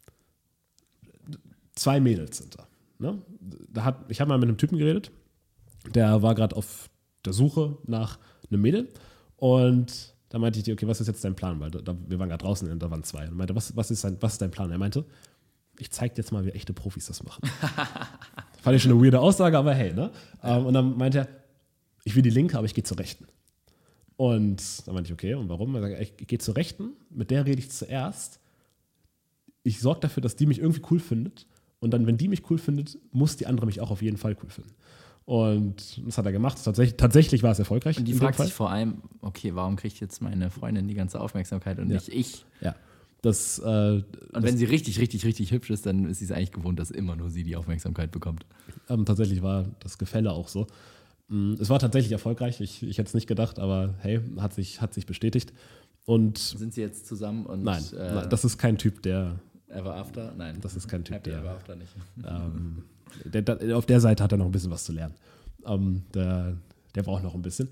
2 Mädels sind da. Ne? Ich habe mal mit einem Typen geredet, der war gerade auf der Suche nach einem Mädel und da meinte ich, okay, was ist jetzt dein Plan? Weil wir waren gerade draußen und da waren 2. Und meinte, was ist dein Plan? Er meinte, ich zeig dir jetzt mal, wie echte Profis das machen. Fand ich schon eine weirde Aussage, aber hey, ne? Und dann meinte er, ich will die linke, aber ich gehe zur rechten. Und dann meinte ich, okay, und warum? Er sagt, ich gehe zur rechten, mit der rede ich zuerst. Ich sorge dafür, dass die mich irgendwie cool findet. Und dann, wenn die mich cool findet, muss die andere mich auch auf jeden Fall cool finden. Und das hat er gemacht. Tatsächlich war es erfolgreich. Und die fragt sich vor allem, okay, warum kriegt jetzt meine Freundin die ganze Aufmerksamkeit und nicht ich? Ja. Und wenn sie richtig, richtig, richtig hübsch ist, dann ist sie es eigentlich gewohnt, dass immer nur sie die Aufmerksamkeit bekommt. Tatsächlich war das Gefälle auch so. Es war tatsächlich erfolgreich. Ich hätte es nicht gedacht, aber hey, hat sich bestätigt. Und sind sie jetzt zusammen? Und, nein, das ist kein Typ, der... Ever After? Nein. Das ist kein Typ, Happy Ever After nicht. Auf der Seite hat er noch ein bisschen was zu lernen. Der braucht noch ein bisschen.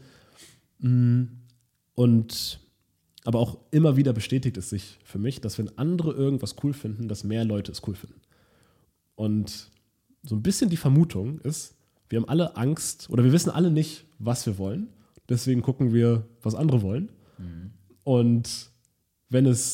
Aber auch immer wieder bestätigt es sich für mich, dass wenn andere irgendwas cool finden, dass mehr Leute es cool finden. Und so ein bisschen die Vermutung ist, wir haben alle Angst oder wir wissen alle nicht, was wir wollen. Deswegen gucken wir, was andere wollen. Mhm. Und wenn es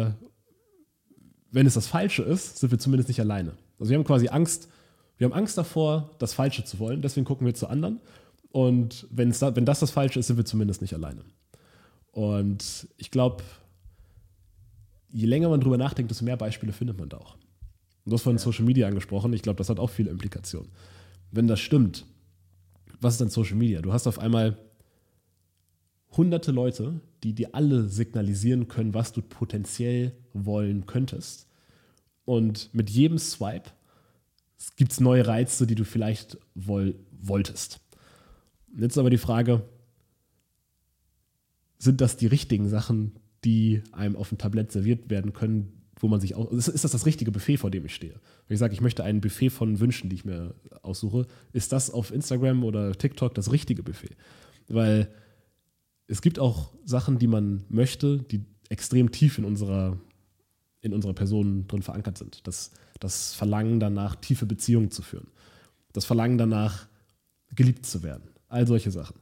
das Falsche ist, sind wir zumindest nicht alleine. Also wir haben quasi Angst, davor, das Falsche zu wollen, deswegen gucken wir zu anderen. Und wenn das Falsche ist, sind wir zumindest nicht alleine. Und ich glaube, je länger man drüber nachdenkt, desto mehr Beispiele findet man da auch. Und du hast vorhin Social Media angesprochen, ich glaube, das hat auch viele Implikationen. Wenn das stimmt, was ist dann Social Media? Du hast auf einmal hunderte Leute, die dir alle signalisieren können, was du potenziell wollen könntest. Und mit jedem Swipe gibt es neue Reize, die du vielleicht wolltest. Und jetzt aber die Frage, sind das die richtigen Sachen, die einem auf dem Tablett serviert werden können, wo man sich auch, ist das richtige Buffet, vor dem ich stehe? Wenn ich sage, ich möchte ein Buffet von Wünschen, die ich mir aussuche, ist das auf Instagram oder TikTok das richtige Buffet? Weil es gibt auch Sachen, die man möchte, die extrem tief in unserer Person drin verankert sind. Das Verlangen danach, tiefe Beziehungen zu führen. Das Verlangen danach, geliebt zu werden. All solche Sachen.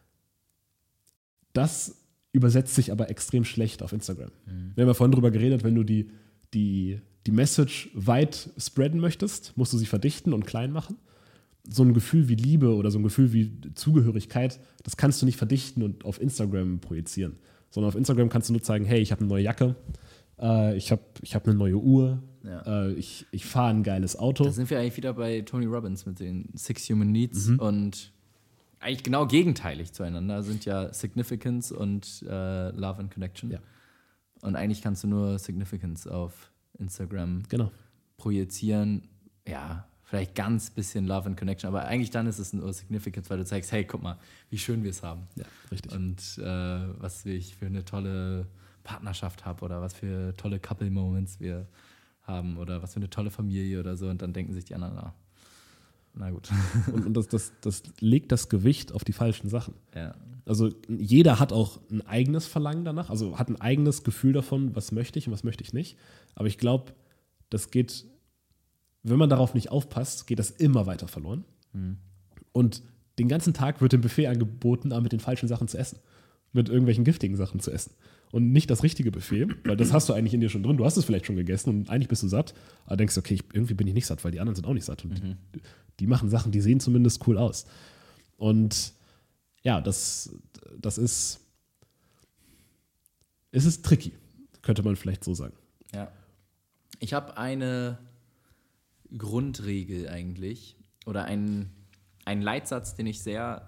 Das übersetzt sich aber extrem schlecht auf Instagram. Wir haben ja vorhin drüber geredet, wenn du die Message weit spreaden möchtest, musst du sie verdichten und klein machen. So ein Gefühl wie Liebe oder so ein Gefühl wie Zugehörigkeit, das kannst du nicht verdichten und auf Instagram projizieren. Sondern auf Instagram kannst du nur zeigen, hey, ich habe eine neue Jacke, ich hab eine neue Uhr, ich fahre ein geiles Auto. Da sind wir eigentlich wieder bei Tony Robbins mit den 6 Human Needs und eigentlich genau gegenteilig zueinander sind ja Significance und Love and Connection. Ja. Und eigentlich kannst du nur Significance auf Instagram projizieren. Ja, vielleicht ganz bisschen Love and Connection, aber eigentlich dann ist es nur Significance, weil du zeigst, hey, guck mal, wie schön wir es haben. Ja, richtig. Und was ich für eine tolle Partnerschaft habe oder was für tolle Couple-Moments wir haben oder was für eine tolle Familie oder so. Und dann denken sich die anderen, na gut. Und das legt das Gewicht auf die falschen Sachen. Ja. Also jeder hat auch ein eigenes Verlangen danach, also hat ein eigenes Gefühl davon, was möchte ich und was möchte ich nicht. Aber ich glaube, das geht, wenn man darauf nicht aufpasst, geht das immer weiter verloren. Und den ganzen Tag wird dem Buffet angeboten, mit den falschen Sachen zu essen. Mit irgendwelchen giftigen Sachen zu essen. Und nicht das richtige Buffet, weil das hast du eigentlich in dir schon drin. Du hast es vielleicht schon gegessen und eigentlich bist du satt, aber denkst, okay, irgendwie bin ich nicht satt, weil die anderen sind auch nicht satt. Und die machen Sachen, die sehen zumindest cool aus. Und ja, es ist tricky, könnte man vielleicht so sagen. Ja. Ich habe eine Grundregel eigentlich oder einen Leitsatz, den ich sehr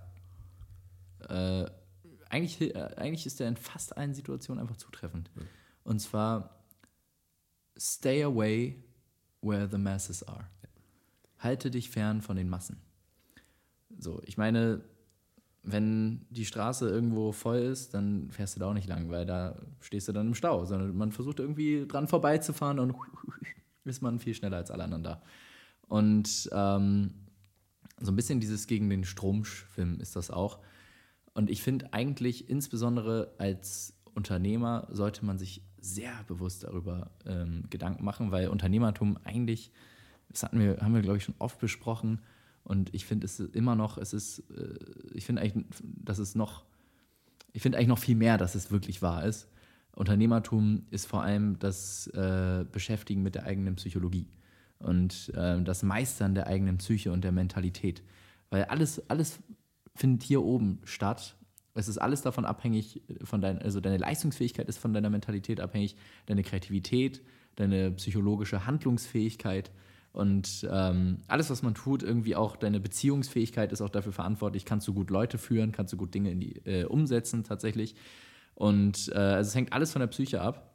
eigentlich ist der in fast allen Situationen einfach zutreffend. Ja. Und zwar stay away where the masses are. Ja. Halte dich fern von den Massen. So, ich meine, wenn die Straße irgendwo voll ist, dann fährst du da auch nicht lang, weil da stehst du dann im Stau, sondern man versucht irgendwie dran vorbeizufahren und ist man viel schneller als alle anderen da. Und so ein bisschen dieses gegen den Strom schwimmen ist das auch. Und ich finde eigentlich, insbesondere als Unternehmer, sollte man sich sehr bewusst darüber Gedanken machen, weil Unternehmertum eigentlich, haben wir, glaube ich, schon oft besprochen. Und ich finde es immer noch, ich finde eigentlich noch viel mehr, dass es wirklich wahr ist. Unternehmertum ist vor allem das Beschäftigen mit der eigenen Psychologie und das Meistern der eigenen Psyche und der Mentalität. Weil alles findet hier oben statt. Es ist alles davon abhängig, also deine Leistungsfähigkeit ist von deiner Mentalität abhängig, deine Kreativität, deine psychologische Handlungsfähigkeit und alles, was man tut, irgendwie auch deine Beziehungsfähigkeit ist auch dafür verantwortlich. Kannst du gut Leute führen, kannst du gut Dinge umsetzen tatsächlich. Und also es hängt alles von der Psyche ab.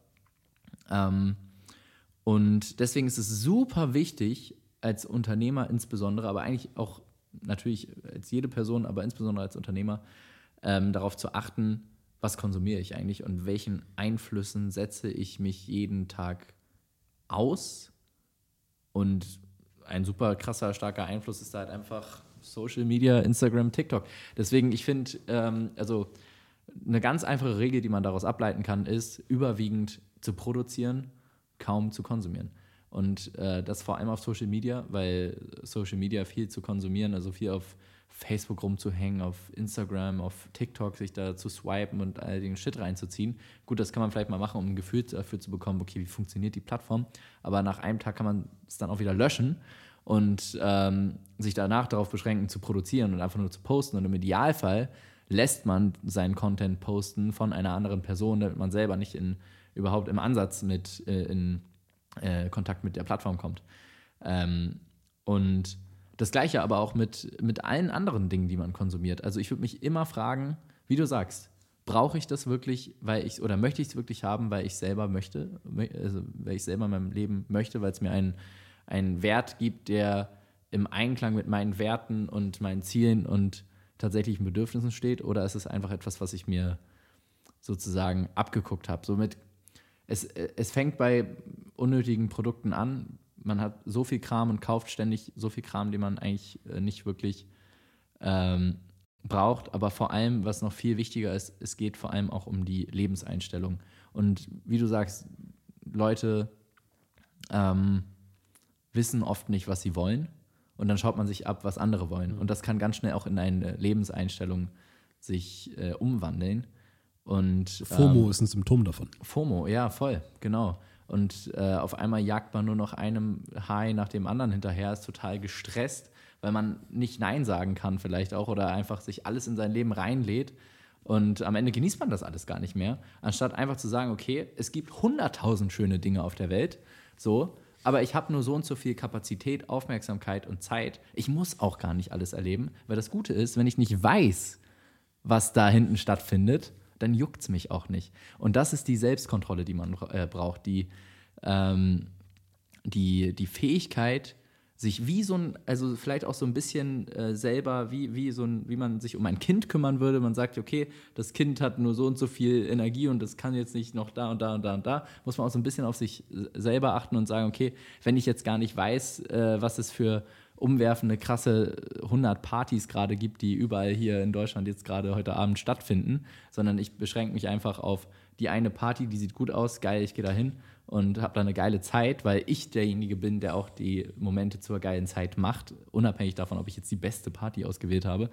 Und deswegen ist es super wichtig, als Unternehmer insbesondere, aber eigentlich auch natürlich als jede Person, aber insbesondere als Unternehmer, darauf zu achten, was konsumiere ich eigentlich und welchen Einflüssen setze ich mich jeden Tag aus. Und ein super krasser, starker Einfluss ist da halt einfach Social Media, Instagram, TikTok. Deswegen, ich finde, also eine ganz einfache Regel, die man daraus ableiten kann, ist, überwiegend zu produzieren, kaum zu konsumieren. Und das vor allem auf Social Media, weil Social Media viel zu konsumieren, also viel auf Facebook rumzuhängen, auf Instagram, auf TikTok, sich da zu swipen und all den Shit reinzuziehen. Gut, das kann man vielleicht mal machen, um ein Gefühl dafür zu bekommen, okay, wie funktioniert die Plattform. Aber nach einem Tag kann man es dann auch wieder löschen und sich danach darauf beschränken, zu produzieren und einfach nur zu posten. Und im Idealfall lässt man seinen Content posten von einer anderen Person, damit man selber nicht überhaupt im Ansatz mit in Kontakt mit der Plattform kommt. Und das Gleiche aber auch mit allen anderen Dingen, die man konsumiert. Also ich würde mich immer fragen, wie du sagst, brauche ich das wirklich, oder möchte ich es wirklich haben, weil ich selber möchte, also weil ich selber in meinem Leben möchte, weil es mir einen Wert gibt, der im Einklang mit meinen Werten und meinen Zielen und tatsächlichen Bedürfnissen steht, oder ist es einfach etwas, was ich mir sozusagen abgeguckt habe? Somit, es fängt bei unnötigen Produkten an. Man hat so viel Kram und kauft ständig so viel Kram, den man eigentlich nicht wirklich braucht. Aber vor allem, was noch viel wichtiger ist, es geht vor allem auch um die Lebenseinstellung. Und wie du sagst, Leute wissen oft nicht, was sie wollen. Und dann schaut man sich ab, was andere wollen. Und das kann ganz schnell auch in eine Lebenseinstellung sich umwandeln. Und FOMO ist ein Symptom davon. FOMO, ja, voll, genau. Und auf einmal jagt man nur noch einem High nach dem anderen hinterher, ist total gestresst, weil man nicht Nein sagen kann vielleicht auch oder einfach sich alles in sein Leben reinlädt. Und am Ende genießt man das alles gar nicht mehr, anstatt einfach zu sagen, okay, es gibt 100.000 schöne Dinge auf der Welt, so, aber ich habe nur so und so viel Kapazität, Aufmerksamkeit und Zeit. Ich muss auch gar nicht alles erleben, weil das Gute ist, wenn ich nicht weiß, was da hinten stattfindet, dann juckt es mich auch nicht. Und das ist die Selbstkontrolle, die man braucht, die Fähigkeit, sich wie so ein, also vielleicht auch so ein bisschen selber, wie man sich um ein Kind kümmern würde. Man sagt, okay, das Kind hat nur so und so viel Energie und das kann jetzt nicht noch da und da und da und da. Muss man auch so ein bisschen auf sich selber achten und sagen, okay, wenn ich jetzt gar nicht weiß, was es für umwerfende, krasse 100 Partys gerade gibt, die überall hier in Deutschland jetzt gerade heute Abend stattfinden, sondern ich beschränke mich einfach auf die eine Party, die sieht gut aus, geil, ich gehe da hin und habe da eine geile Zeit, weil ich derjenige bin, der auch die Momente zur geilen Zeit macht, unabhängig davon, ob ich jetzt die beste Party ausgewählt habe.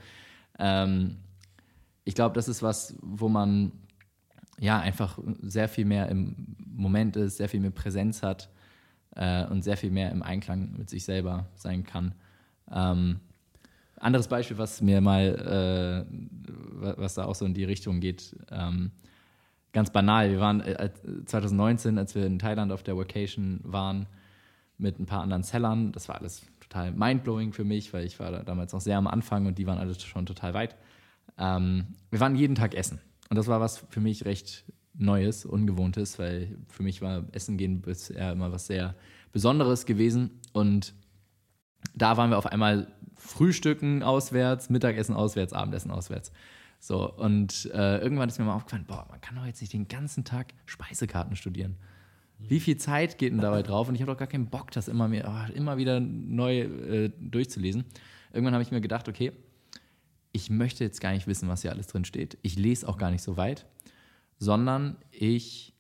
Ich glaube, das ist was, wo man ja einfach sehr viel mehr im Moment ist, sehr viel mehr Präsenz hat, und sehr viel mehr im Einklang mit sich selber sein kann. Anderes Beispiel, was mir mal, was da auch so in die Richtung geht, ganz banal. Wir waren 2019, als wir in Thailand auf der Vacation waren, mit ein paar anderen Sellern. Das war alles total mindblowing für mich, weil ich war da damals noch sehr am Anfang und die waren alle schon total weit. Wir waren jeden Tag essen. Und das war was für mich recht Neues, Ungewohntes, weil für mich war Essen gehen bisher immer was sehr Besonderes gewesen. Und da waren wir auf einmal Frühstücken auswärts, Mittagessen auswärts, Abendessen auswärts. So, und irgendwann ist mir mal aufgefallen, man kann doch jetzt nicht den ganzen Tag Speisekarten studieren. Wie viel Zeit geht denn dabei drauf? Und ich habe doch gar keinen Bock, das immer wieder neu durchzulesen. Irgendwann habe ich mir gedacht, okay, ich möchte jetzt gar nicht wissen, was hier alles drin steht. Ich lese auch gar nicht so weit, sondern ich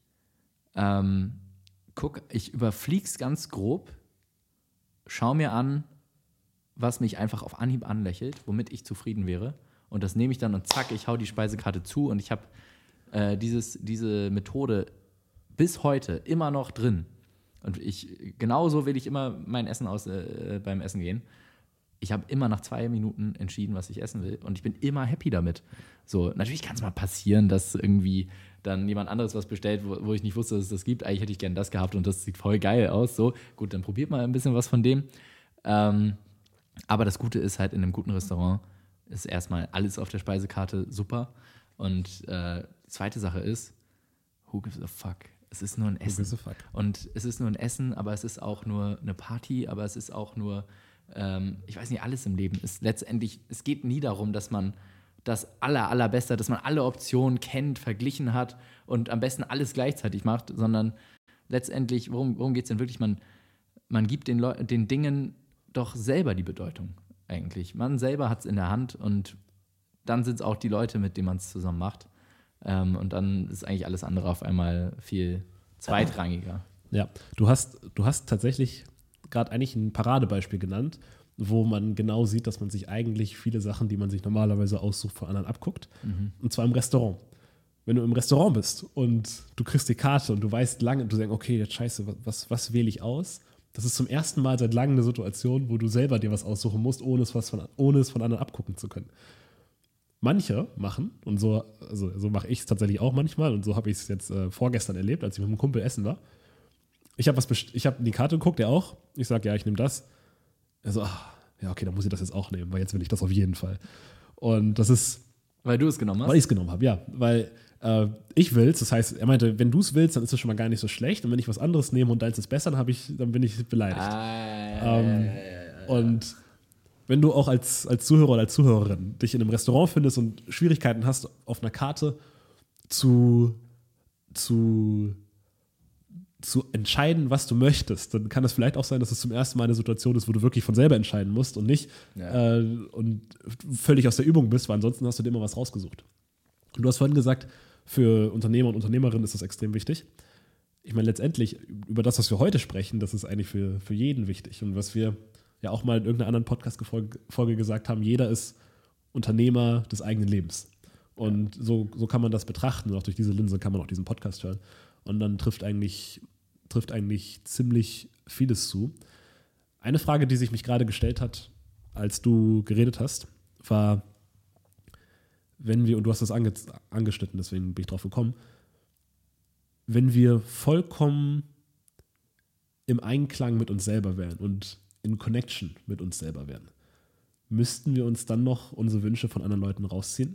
überfliege es ganz grob, schaue mir an, was mich einfach auf Anhieb anlächelt, womit ich zufrieden wäre. Und das nehme ich dann und zack, ich hau die Speisekarte zu und ich habe diese Methode bis heute immer noch drin. Und genauso will ich immer mein Essen beim Essen gehen. Ich habe immer nach 2 Minuten entschieden, was ich essen will und ich bin immer happy damit. So, natürlich kann es mal passieren, dass irgendwie dann jemand anderes was bestellt, wo ich nicht wusste, dass es das gibt. Eigentlich hätte ich gern das gehabt und das sieht voll geil aus. So, gut, dann probiert mal ein bisschen was von dem. Aber das Gute ist halt, in einem guten Restaurant ist erstmal alles auf der Speisekarte super. Und die zweite Sache ist, who gives a fuck? Es ist nur ein Essen. Who gives a fuck? Und es ist nur ein Essen, aber es ist auch nur eine Party, aber es ist auch nur ich weiß nicht, alles im Leben ist letztendlich, es geht nie darum, dass man das Allerbeste, dass man alle Optionen kennt, verglichen hat und am besten alles gleichzeitig macht, sondern letztendlich, worum geht es denn wirklich? Man gibt den Dingen doch selber die Bedeutung eigentlich. Man selber hat es in der Hand und dann sind es auch die Leute, mit denen man es zusammen macht. Und dann ist eigentlich alles andere auf einmal viel zweitrangiger. Ja, du hast tatsächlich gerade eigentlich ein Paradebeispiel genannt, wo man genau sieht, dass man sich eigentlich viele Sachen, die man sich normalerweise aussucht, von anderen abguckt. Und zwar im Restaurant. Wenn du im Restaurant bist und du kriegst die Karte und du weißt lange, du denkst, okay, jetzt scheiße, was wähle ich aus? Das ist zum ersten Mal seit langem eine Situation, wo du selber dir was aussuchen musst, ohne es von anderen abgucken zu können. Manche machen, und so mache ich es tatsächlich auch manchmal, und so habe ich es jetzt vorgestern erlebt, als ich mit einem Kumpel essen war. Ich habe in die Karte geguckt, der auch. Ich sage, ja, ich nehme das. Er so, ja, okay, dann muss ich das jetzt auch nehmen, weil jetzt will ich das auf jeden Fall. Und das ist... Weil du es genommen hast? Weil ich es genommen habe, ja. Weil ich will es, das heißt, er meinte, wenn du es willst, dann ist es schon mal gar nicht so schlecht. Und wenn ich was anderes nehme und deins ist besser, dann bin ich beleidigt. Und wenn du auch als Zuhörer oder als Zuhörerin dich in einem Restaurant findest und Schwierigkeiten hast, auf einer Karte zu entscheiden, was du möchtest, dann kann es vielleicht auch sein, dass es zum ersten Mal eine Situation ist, wo du wirklich von selber entscheiden musst und nicht und völlig aus der Übung bist, weil ansonsten hast du dir immer was rausgesucht. Und du hast vorhin gesagt, für Unternehmer und Unternehmerinnen ist das extrem wichtig. Ich meine, letztendlich, über das, was wir heute sprechen, das ist eigentlich für jeden wichtig. Und was wir ja auch mal in irgendeiner anderen Podcast-Folge gesagt haben, jeder ist Unternehmer des eigenen Lebens. Und so kann man das betrachten. Und auch durch diese Linse kann man auch diesen Podcast hören. Und dann trifft eigentlich ziemlich vieles zu. Eine Frage, die sich mich gerade gestellt hat, als du geredet hast, war, und du hast das angeschnitten, deswegen bin ich drauf gekommen, wenn wir vollkommen im Einklang mit uns selber wären und in Connection mit uns selber wären, müssten wir uns dann noch unsere Wünsche von anderen Leuten rausziehen?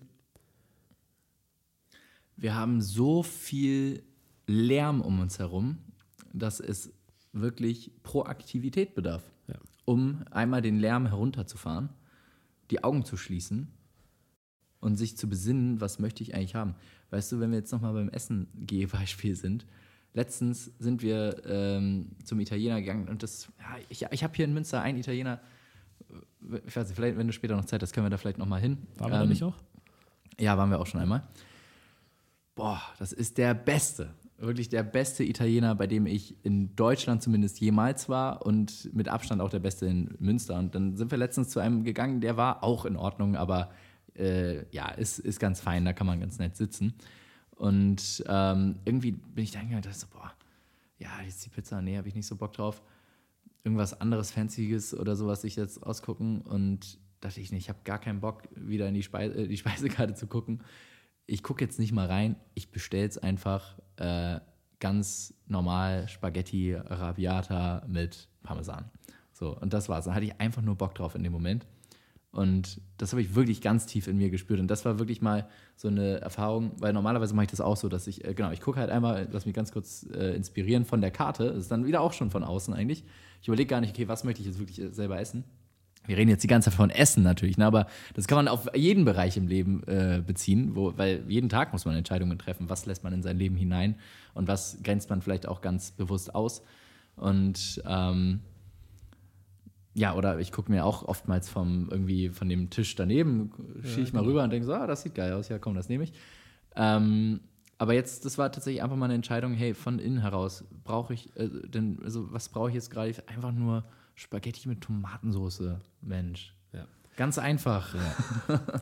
Wir haben so viel Lärm um uns herum, dass es wirklich Proaktivität bedarf, um einmal den Lärm herunterzufahren, die Augen zu schließen und sich zu besinnen, was möchte ich eigentlich haben. Weißt du, wenn wir jetzt nochmal beim Essen-Beispiel sind, letztens sind wir zum Italiener gegangen und ich habe hier in Münster einen Italiener, ich weiß nicht, vielleicht, wenn du später noch Zeit hast, können wir da vielleicht nochmal hin. Waren wir da nicht auch? Ja, waren wir auch schon einmal. Boah, das ist der Beste. Wirklich der beste Italiener, bei dem ich in Deutschland zumindest jemals war und mit Abstand auch der Beste in Münster. Und dann sind wir letztens zu einem gegangen, der war auch in Ordnung, aber ist ganz fein, da kann man ganz nett sitzen. Und irgendwie bin ich da hingegangen und dachte so, jetzt die Pizza, nee, habe ich nicht so Bock drauf. Irgendwas anderes, Fancyes oder sowas sich jetzt ausgucken. Und dachte ich, nee, ich habe gar keinen Bock, wieder in die Speisekarte zu gucken. Ich gucke jetzt nicht mal rein, ich bestelle es einfach ganz normal Spaghetti Arrabbiata mit Parmesan. So, und das war's. Dann hatte ich einfach nur Bock drauf in dem Moment. Und das habe ich wirklich ganz tief in mir gespürt. Und das war wirklich mal so eine Erfahrung, weil normalerweise mache ich das auch so, dass ich gucke halt einmal, lass mich ganz kurz inspirieren von der Karte. Das ist dann wieder auch schon von außen eigentlich. Ich überlege gar nicht, okay, was möchte ich jetzt wirklich selber essen? Wir reden jetzt die ganze Zeit von Essen natürlich, ne? Aber das kann man auf jeden Bereich im Leben beziehen, weil jeden Tag muss man Entscheidungen treffen, was lässt man in sein Leben hinein und was grenzt man vielleicht auch ganz bewusst aus. Und oder ich gucke mir auch oftmals von dem Tisch daneben, schiebe ich mal rüber und denke so, das sieht geil aus, ja komm, das nehme ich. Aber jetzt, das war tatsächlich einfach mal eine Entscheidung, hey, von innen heraus brauche ich, was brauche ich jetzt gerade? Einfach nur Spaghetti mit Tomatensauce, Mensch. Ja. Ganz einfach. Ja.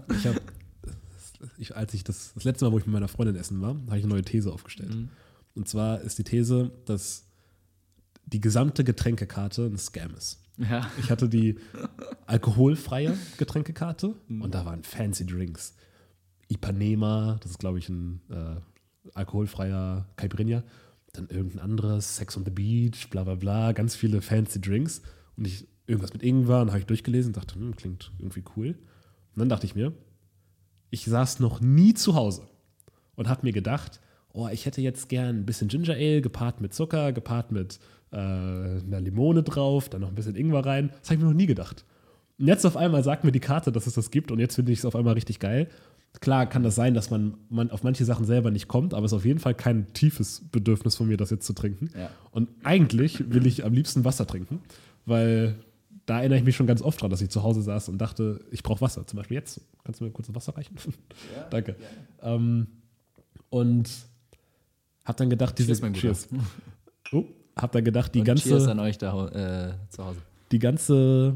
Das letzte Mal, wo ich mit meiner Freundin essen war, habe ich eine neue These aufgestellt. Und zwar ist die These, dass die gesamte Getränkekarte ein Scam ist. Ja. Ich hatte die alkoholfreie Getränkekarte und da waren fancy Drinks. Ipanema, das ist, glaube ich, ein alkoholfreier Caipirinha. Dann irgendein anderes, Sex on the Beach, bla bla bla, ganz viele fancy Drinks. Und irgendwas mit Ingwer, und habe ich durchgelesen und dachte, klingt irgendwie cool. Und dann dachte ich mir, ich saß noch nie zu Hause und habe mir gedacht, ich hätte jetzt gern ein bisschen Ginger Ale, gepaart mit Zucker, gepaart mit einer Limone drauf, dann noch ein bisschen Ingwer rein. Das habe ich mir noch nie gedacht. Und jetzt auf einmal sagt mir die Karte, dass es das gibt, und jetzt finde ich es auf einmal richtig geil. Klar kann das sein, dass man auf manche Sachen selber nicht kommt, aber es ist auf jeden Fall kein tiefes Bedürfnis von mir, das jetzt zu trinken. Ja. Und eigentlich will ich am liebsten Wasser trinken, weil da erinnere ich mich schon ganz oft dran, dass ich zu Hause saß und dachte, ich brauche Wasser. Zum Beispiel jetzt. Kannst du mir kurz das Wasser reichen? Ja, danke. Und habe dann gedacht, Cheers. habe dann gedacht, die Cheers an euch da zu Hause. Die ganze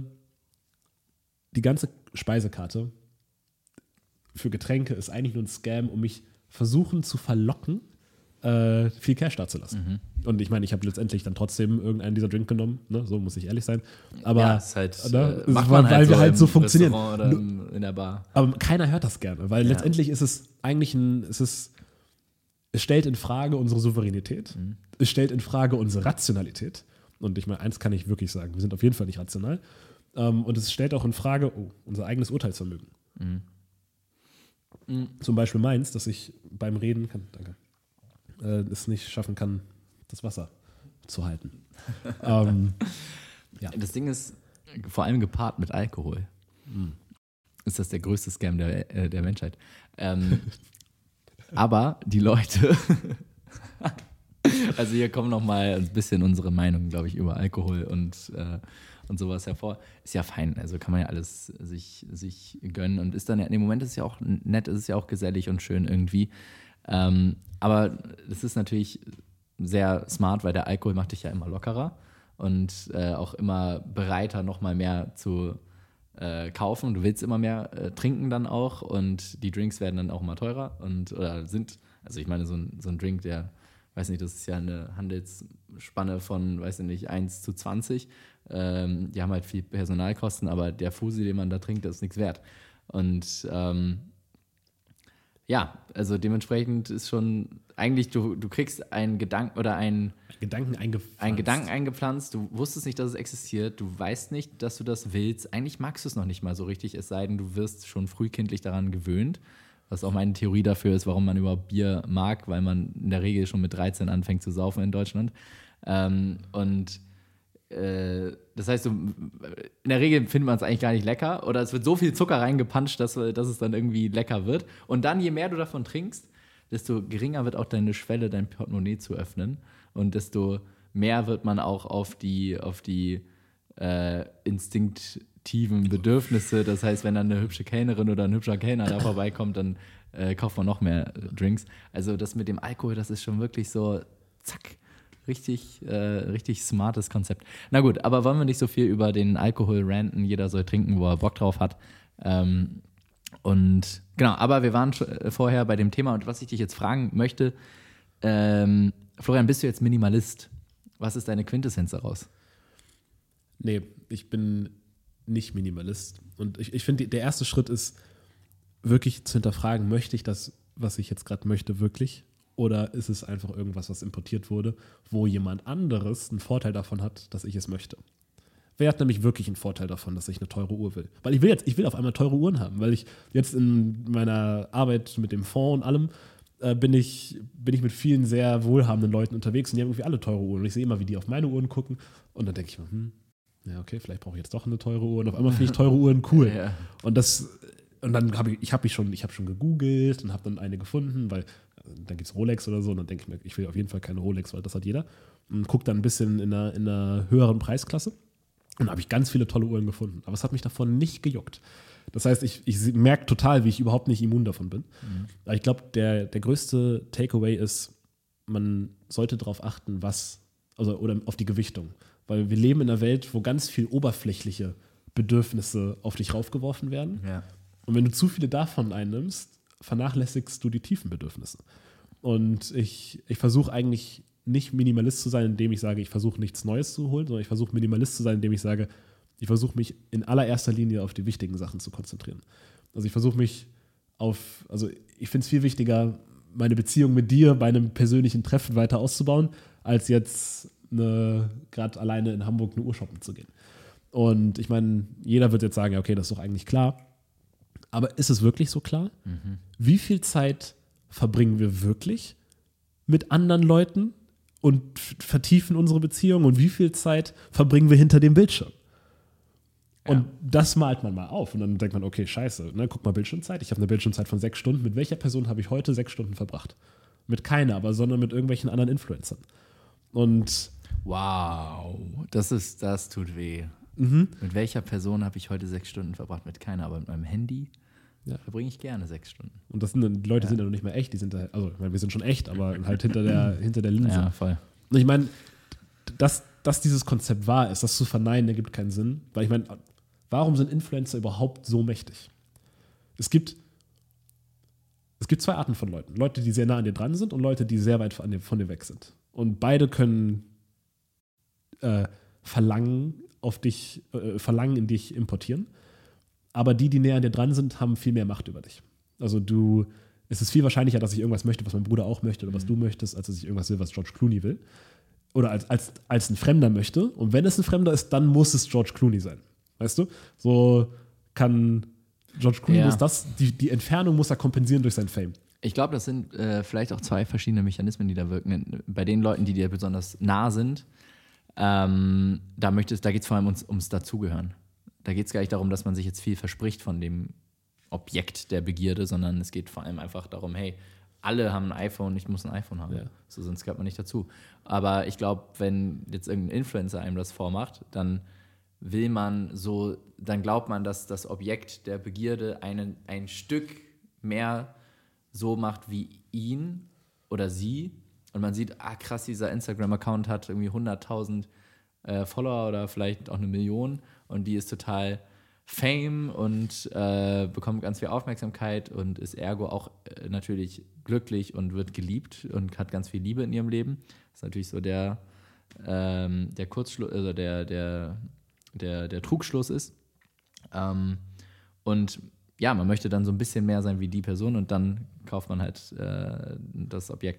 Speisekarte für Getränke ist eigentlich nur ein Scam, um mich versuchen zu verlocken, viel Cash dazulassen. Und ich meine, ich habe letztendlich dann trotzdem irgendeinen dieser Drink genommen, ne? So muss ich ehrlich sein. Aber ja, es ist halt, ne? macht man weil halt wir so halt so im funktionieren. Restaurant oder in der Bar. Aber keiner hört das gerne, weil letztendlich ist es eigentlich es stellt in Frage unsere Souveränität, es stellt in Frage unsere Rationalität. Und ich meine, eins kann ich wirklich sagen, wir sind auf jeden Fall nicht rational. Und es stellt auch in Frage unser eigenes Urteilsvermögen. Zum Beispiel meins, dass ich beim Reden es nicht schaffen kann, das Wasser zu halten. Ja. Das Ding ist, vor allem gepaart mit Alkohol, ist das der größte Scam der Menschheit. Aber die Leute, also hier kommen nochmal ein bisschen unsere Meinung, glaube ich, über Alkohol und sowas hervor. Ist ja fein, also kann man ja alles sich gönnen und ist dann ja, in dem Moment ist es ja auch nett, ist es ja auch gesellig und schön irgendwie. Aber das ist natürlich sehr smart, weil der Alkohol macht dich ja immer lockerer und auch immer bereiter, nochmal mehr zu kaufen. Du willst immer mehr trinken dann auch und die Drinks werden dann auch immer teurer also ich meine, so ein Drink, der, weiß nicht, das ist ja eine Handelsspanne von, weiß ich nicht, 1:20. Die haben halt viel Personalkosten, aber der Fusi, den man da trinkt, das ist nichts wert. Und ja, also dementsprechend ist schon eigentlich, du kriegst einen Gedanken oder einen Gedanken eingepflanzt. Du wusstest nicht, dass es existiert. Du weißt nicht, dass du das willst. Eigentlich magst du es noch nicht mal so richtig, es sei denn, du wirst schon frühkindlich daran gewöhnt. Was auch meine Theorie dafür ist, warum man überhaupt Bier mag, weil man in der Regel schon mit 13 anfängt zu saufen in Deutschland. Das heißt, in der Regel findet man es eigentlich gar nicht lecker oder es wird so viel Zucker reingepanscht, dass es dann irgendwie lecker wird. Und dann, je mehr du davon trinkst, desto geringer wird auch deine Schwelle, dein Portemonnaie zu öffnen und desto mehr wird man auch auf die instinktiven Bedürfnisse, das heißt, wenn dann eine hübsche Kellnerin oder ein hübscher Kellner da vorbeikommt, dann kauft man noch mehr Drinks. Also das mit dem Alkohol, das ist schon wirklich so, zack, richtig smartes Konzept. Na gut, aber wollen wir nicht so viel über den Alkohol ranten, jeder soll trinken, wo er Bock drauf hat. Und genau, aber wir waren vorher bei dem Thema und was ich dich jetzt fragen möchte, Florian, bist du jetzt Minimalist? Was ist deine Quintessenz daraus? Nee, ich bin nicht Minimalist. Und ich finde, der erste Schritt ist, wirklich zu hinterfragen, möchte ich das, was ich jetzt gerade möchte, wirklich? Oder ist es einfach irgendwas, was importiert wurde, wo jemand anderes einen Vorteil davon hat, dass ich es möchte? Wer hat nämlich wirklich einen Vorteil davon, dass ich eine teure Uhr will? Weil ich will auf einmal teure Uhren haben, weil ich jetzt in meiner Arbeit mit dem Fonds und allem bin ich mit vielen sehr wohlhabenden Leuten unterwegs und die haben irgendwie alle teure Uhren. Und ich sehe immer, wie die auf meine Uhren gucken und dann denke ich mir, ja okay, vielleicht brauche ich jetzt doch eine teure Uhr und auf einmal finde ich teure Uhren cool. Ja. Und dann habe ich schon gegoogelt und habe dann eine gefunden, weil dann gibt es Rolex oder so und dann denke ich mir, ich will auf jeden Fall keine Rolex, weil das hat jeder. Und gucke dann ein bisschen in einer höheren Preisklasse und habe ich ganz viele tolle Uhren gefunden. Aber es hat mich davon nicht gejuckt. Das heißt, ich merke total, wie ich überhaupt nicht immun davon bin. Aber ich glaube, der größte Takeaway ist, man sollte darauf achten, oder auf die Gewichtung. Weil wir leben in einer Welt, wo ganz viel oberflächliche Bedürfnisse auf dich raufgeworfen werden. Ja. Und wenn du zu viele davon einnimmst, vernachlässigst du die tiefen Bedürfnisse. Und ich versuche eigentlich nicht Minimalist zu sein, indem ich sage, ich versuche nichts Neues zu holen, sondern ich versuche Minimalist zu sein, indem ich sage, ich versuche mich in allererster Linie auf die wichtigen Sachen zu konzentrieren. Also ich versuche mich ich finde es viel wichtiger, meine Beziehung mit dir bei einem persönlichen Treffen weiter auszubauen, als jetzt gerade alleine in Hamburg eine Uhr shoppen zu gehen. Und ich meine, jeder wird jetzt sagen, ja, okay, das ist doch eigentlich klar. Aber ist es wirklich so klar? Wie viel Zeit verbringen wir wirklich mit anderen Leuten und vertiefen unsere Beziehung? Und wie viel Zeit verbringen wir hinter dem Bildschirm? Und das malt man mal auf. Und dann denkt man, okay, scheiße, guck mal, Bildschirmzeit. Ich habe eine Bildschirmzeit von 6 Stunden. Mit welcher Person habe ich heute 6 Stunden verbracht? Mit keiner, sondern mit irgendwelchen anderen Influencern. Und wow, das tut weh. Mit welcher Person habe ich heute 6 Stunden verbracht? Mit keiner, aber mit meinem Handy verbringe ich gerne 6 Stunden. Und die Leute sind ja noch nicht mehr echt, die sind da, also ich meine, wir sind schon echt, aber halt hinter der Linse. Ja, voll. Und ich meine, dass dieses Konzept wahr ist, das zu verneinen, ergibt keinen Sinn. Weil ich meine, warum sind Influencer überhaupt so mächtig? Es gibt 2 Arten von Leuten. Leute, die sehr nah an dir dran sind und Leute, die sehr weit von dir weg sind. Und beide können Verlangen in dich importieren. Aber die näher an dir dran sind, haben viel mehr Macht über dich. Also es ist viel wahrscheinlicher, dass ich irgendwas möchte, was mein Bruder auch möchte oder was du möchtest, als dass ich irgendwas will, was George Clooney will. Oder als ein Fremder möchte. Und wenn es ein Fremder ist, dann muss es George Clooney sein. Weißt du? So kann George Clooney muss die Entfernung muss er kompensieren durch sein Fame. Ich glaube, das sind vielleicht auch 2 verschiedene Mechanismen, die da wirken. Bei den Leuten, die dir besonders nah sind, da geht es vor allem ums Dazugehören. Da geht es gar nicht darum, dass man sich jetzt viel verspricht von dem Objekt der Begierde, sondern es geht vor allem einfach darum, hey, alle haben ein iPhone, ich muss ein iPhone haben. Ja. So, sonst gehört man nicht dazu. Aber ich glaube, wenn jetzt irgendein Influencer einem das vormacht, dann glaubt man, dass das Objekt der Begierde ein Stück mehr so macht wie ihn oder sie. Und man sieht, krass, dieser Instagram-Account hat irgendwie 100.000 Follower oder vielleicht auch 1 Million und die ist total Fame und bekommt ganz viel Aufmerksamkeit und ist ergo auch natürlich glücklich und wird geliebt und hat ganz viel Liebe in ihrem Leben. Das ist natürlich so der Kurzschluss, also der Trugschluss ist. Und ja, man möchte dann so ein bisschen mehr sein wie die Person und dann kauft man halt das Objekt.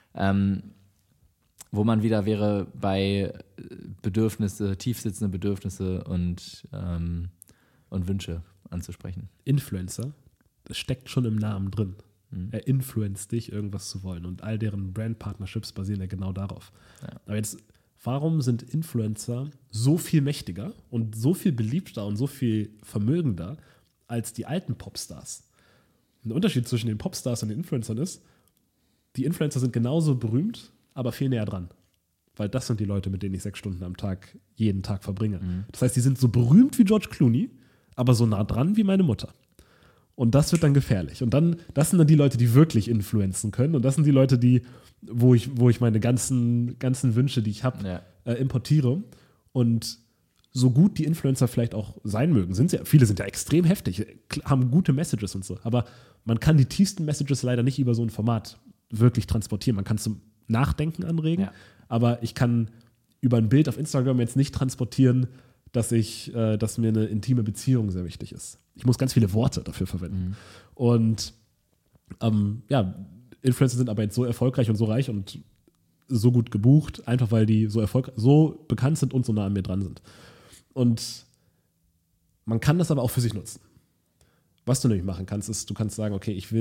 Wo man wieder wäre bei tiefsitzende Bedürfnisse und Wünsche anzusprechen. Influencer, das steckt schon im Namen drin. Er influenzt dich, irgendwas zu wollen. Und all deren Brand-Partnerships basieren ja genau darauf. Ja. Aber jetzt, warum sind Influencer so viel mächtiger und so viel beliebter und so viel vermögender als die alten Popstars? Der Unterschied zwischen den Popstars und den Influencern ist, die Influencer sind genauso berühmt, aber viel näher dran. Weil das sind die Leute, mit denen ich 6 Stunden am Tag jeden Tag verbringe. Das heißt, die sind so berühmt wie George Clooney, aber so nah dran wie meine Mutter. Und das wird dann gefährlich. Und das sind dann die Leute, die wirklich influenzen können. Und das sind die Leute, wo ich meine ganzen Wünsche, die ich habe, importiere. Und so gut die Influencer vielleicht auch sein mögen, viele sind ja extrem heftig, haben gute Messages und so. Aber man kann die tiefsten Messages leider nicht über so ein Format wirklich transportieren. Man kann zum Nachdenken anregen, aber ich kann über ein Bild auf Instagram jetzt nicht transportieren, dass mir eine intime Beziehung sehr wichtig ist. Ich muss ganz viele Worte dafür verwenden. Und Influencer sind aber jetzt so erfolgreich und so reich und so gut gebucht, einfach weil die so bekannt sind und so nah an mir dran sind. Und man kann das aber auch für sich nutzen. Was du nämlich machen kannst, ist, du kannst sagen, okay, ich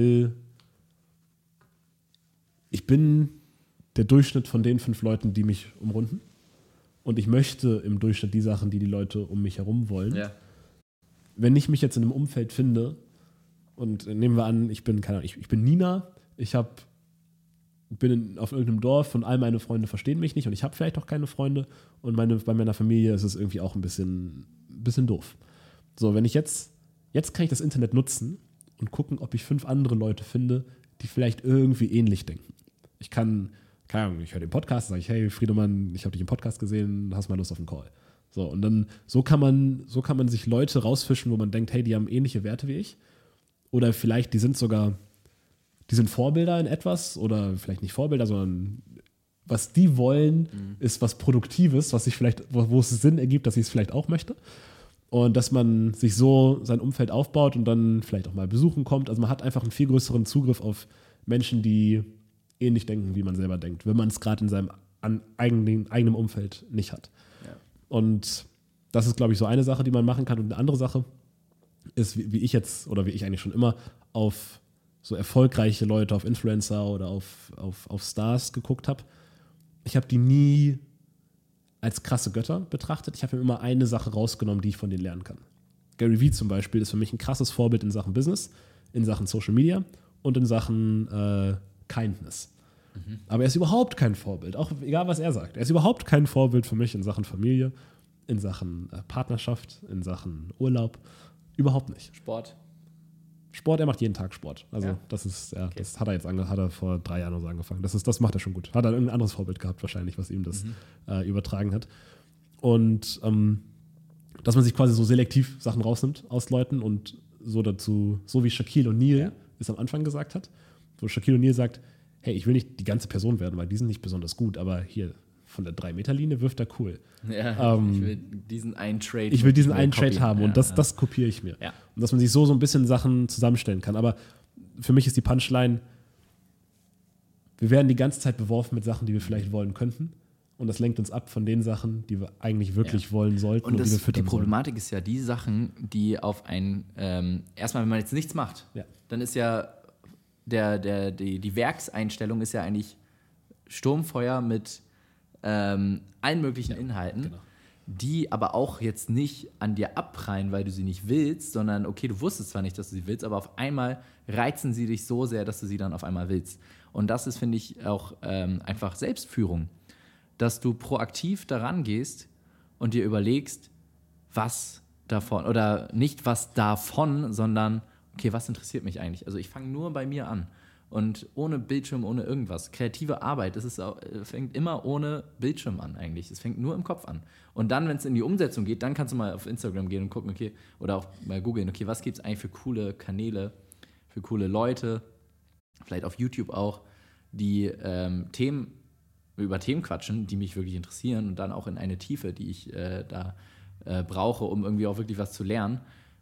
bin der Durchschnitt von den 5 Leuten, die mich umrunden. Und ich möchte im Durchschnitt die Sachen, die Leute um mich herum wollen. Ja. Wenn ich mich jetzt in einem Umfeld finde, und nehmen wir an, ich bin Nina, ich bin auf irgendeinem Dorf und all meine Freunde verstehen mich nicht und ich habe vielleicht auch keine Freunde und bei meiner Familie ist es irgendwie auch ein bisschen doof. So, wenn ich jetzt kann ich das Internet nutzen und gucken, ob ich 5 andere Leute finde, die vielleicht irgendwie ähnlich denken. Ich kann, keine Ahnung, ich höre den Podcast, sage ich, hey Friedemann, ich habe dich im Podcast gesehen, hast mal Lust auf einen Call. So, und dann so kann man sich Leute rausfischen, wo man denkt, hey, die haben ähnliche Werte wie ich. Oder vielleicht, die sind Vorbilder in etwas oder vielleicht nicht Vorbilder, sondern was die wollen, ist was Produktives, wo es Sinn ergibt, dass ich es vielleicht auch möchte. Und dass man sich so sein Umfeld aufbaut und dann vielleicht auch mal besuchen kommt. Also man hat einfach einen viel größeren Zugriff auf Menschen, die ähnlich denken, wie man selber denkt, wenn man es gerade in seinem eigenen Umfeld nicht hat. Ja. Und das ist, glaube ich, so eine Sache, die man machen kann. Und eine andere Sache ist, wie ich eigentlich schon immer auf so erfolgreiche Leute, auf Influencer oder auf Stars geguckt habe. Ich habe die nie als krasse Götter betrachtet. Ich habe mir immer eine Sache rausgenommen, die ich von denen lernen kann. Gary Vee zum Beispiel ist für mich ein krasses Vorbild in Sachen Business, in Sachen Social Media und in Sachen Kindness. Aber er ist überhaupt kein Vorbild, auch egal was er sagt. Er ist überhaupt kein Vorbild für mich in Sachen Familie, in Sachen Partnerschaft, in Sachen Urlaub. Überhaupt nicht. Sport. Sport, er macht jeden Tag Sport. Also Ja. das ist, Okay. das hat er jetzt hat er vor 3 Jahren oder so angefangen. Das macht er schon gut. Hat er irgendein anderes Vorbild gehabt wahrscheinlich, was ihm das übertragen hat. Und dass man sich quasi so selektiv Sachen rausnimmt aus Leuten und so dazu, so wie Shaquille O'Neal es am Anfang gesagt hat, wo Shaquille O'Neal sagt, hey, ich will nicht die ganze Person werden, weil die sind nicht besonders gut, aber hier von der 3-Meter-Linie wirft er cool. Ja, ich will diesen einen Trade. Ich will diesen einen Trade kopieren. haben und das kopiere ich mir. Ja. Und dass man sich so ein bisschen Sachen zusammenstellen kann. Aber für mich ist die Punchline, wir werden die ganze Zeit beworfen mit Sachen, die wir vielleicht wollen könnten. Und das lenkt uns ab von den Sachen, die wir eigentlich wirklich wollen sollten Und die wir die füttern Problematik ist ja, die Sachen, die auf ein, erstmal, wenn man jetzt nichts macht, Ja. dann ist ja die Werkseinstellung ist ja eigentlich Sturmfeuer mit allen möglichen Inhalten, genau. die aber auch jetzt nicht an dir abprallen, weil du sie nicht willst, sondern okay, du wusstest zwar nicht, dass du sie willst, aber auf einmal reizen sie dich so sehr, dass du sie dann auf einmal willst. Und das ist, finde ich, auch einfach Selbstführung, dass du proaktiv daran gehst und dir überlegst, was davon, oder nicht was davon, sondern okay, was interessiert mich eigentlich? Also ich fange nur bei mir an und ohne Bildschirm, ohne irgendwas. Kreative Arbeit, fängt immer ohne Bildschirm an eigentlich. Es fängt nur im Kopf an. Und dann, wenn es in die Umsetzung geht, dann kannst du mal auf Instagram gehen und gucken, okay, oder auch mal googeln, okay, was gibt es eigentlich für coole Kanäle, für coole Leute, vielleicht auf YouTube auch, die über Themen quatschen, die mich wirklich interessieren und dann auch in eine Tiefe, die ich da brauche, um irgendwie auch wirklich was zu lernen.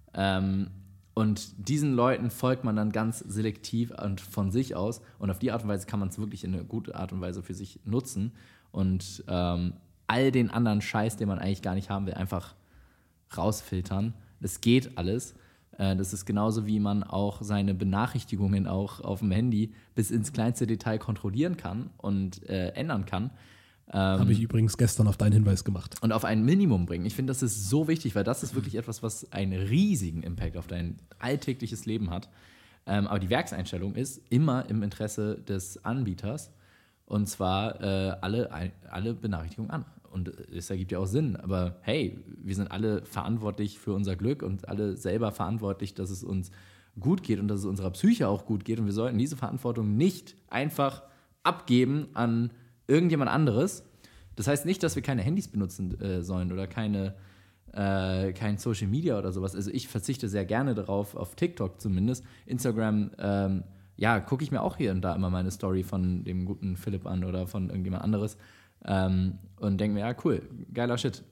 Und diesen Leuten folgt man dann ganz selektiv und von sich aus. Und auf die Art und Weise kann man es wirklich in eine gute Art und Weise für sich nutzen. Und all den anderen Scheiß, den man eigentlich gar nicht haben will, einfach rausfiltern. Das geht alles. Das ist genauso, wie man auch seine Benachrichtigungen auch auf dem Handy bis ins kleinste Detail kontrollieren kann und ändern kann. Habe ich übrigens gestern auf deinen Hinweis gemacht. Und auf ein Minimum bringen. Ich finde, das ist so wichtig, weil das ist wirklich etwas, was einen riesigen Impact auf dein alltägliches Leben hat. Aber die Werkseinstellung ist immer im Interesse des Anbieters. Und zwar alle Benachrichtigungen an. Und es ergibt ja auch Sinn. Aber hey, wir sind alle verantwortlich für unser Glück und alle selber verantwortlich, dass es uns gut geht und dass es unserer Psyche auch gut geht. Und wir sollten diese Verantwortung nicht einfach abgeben an irgendjemand anderes. Das heißt nicht, dass wir keine Handys benutzen sollen oder kein Social Media oder sowas. Also ich verzichte sehr gerne darauf, auf TikTok zumindest. Instagram, gucke ich mir auch hier und da immer meine Story von dem guten Philipp an oder von irgendjemand anderes und denke mir, ja cool, geiler Shit.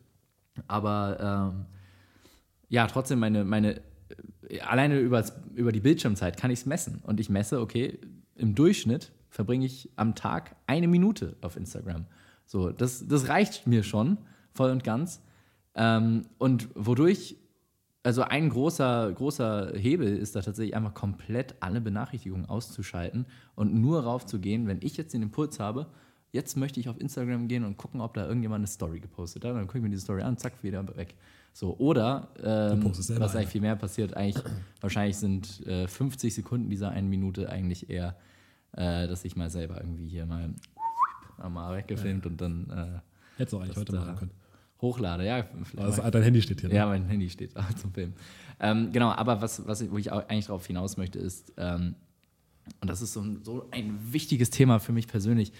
Aber trotzdem meine alleine über die Bildschirmzeit kann ich es messen. Und ich messe, okay, im Durchschnitt verbringe ich am Tag 1 Minute auf Instagram. So, das reicht mir schon, voll und ganz. Und wodurch, also ein großer Hebel ist da tatsächlich einfach komplett alle Benachrichtigungen auszuschalten und nur raufzugehen, wenn ich jetzt den Impuls habe, jetzt möchte ich auf Instagram gehen und gucken, ob da irgendjemand eine Story gepostet hat. Dann gucke ich mir diese Story an, zack, wieder weg. So, oder, was eigentlich viel mehr passiert, wahrscheinlich sind 50 Sekunden dieser 1 Minute eigentlich eher, dass ich mal selber irgendwie hier mal weggefilmt und dann Hättest du eigentlich heute machen können. Hochlade, ja. Dein Handy steht hier. Ne? Ja, mein Handy steht auch zum Film. Genau, aber wo ich auch eigentlich darauf hinaus möchte, ist, und das ist so ein wichtiges Thema für mich persönlich,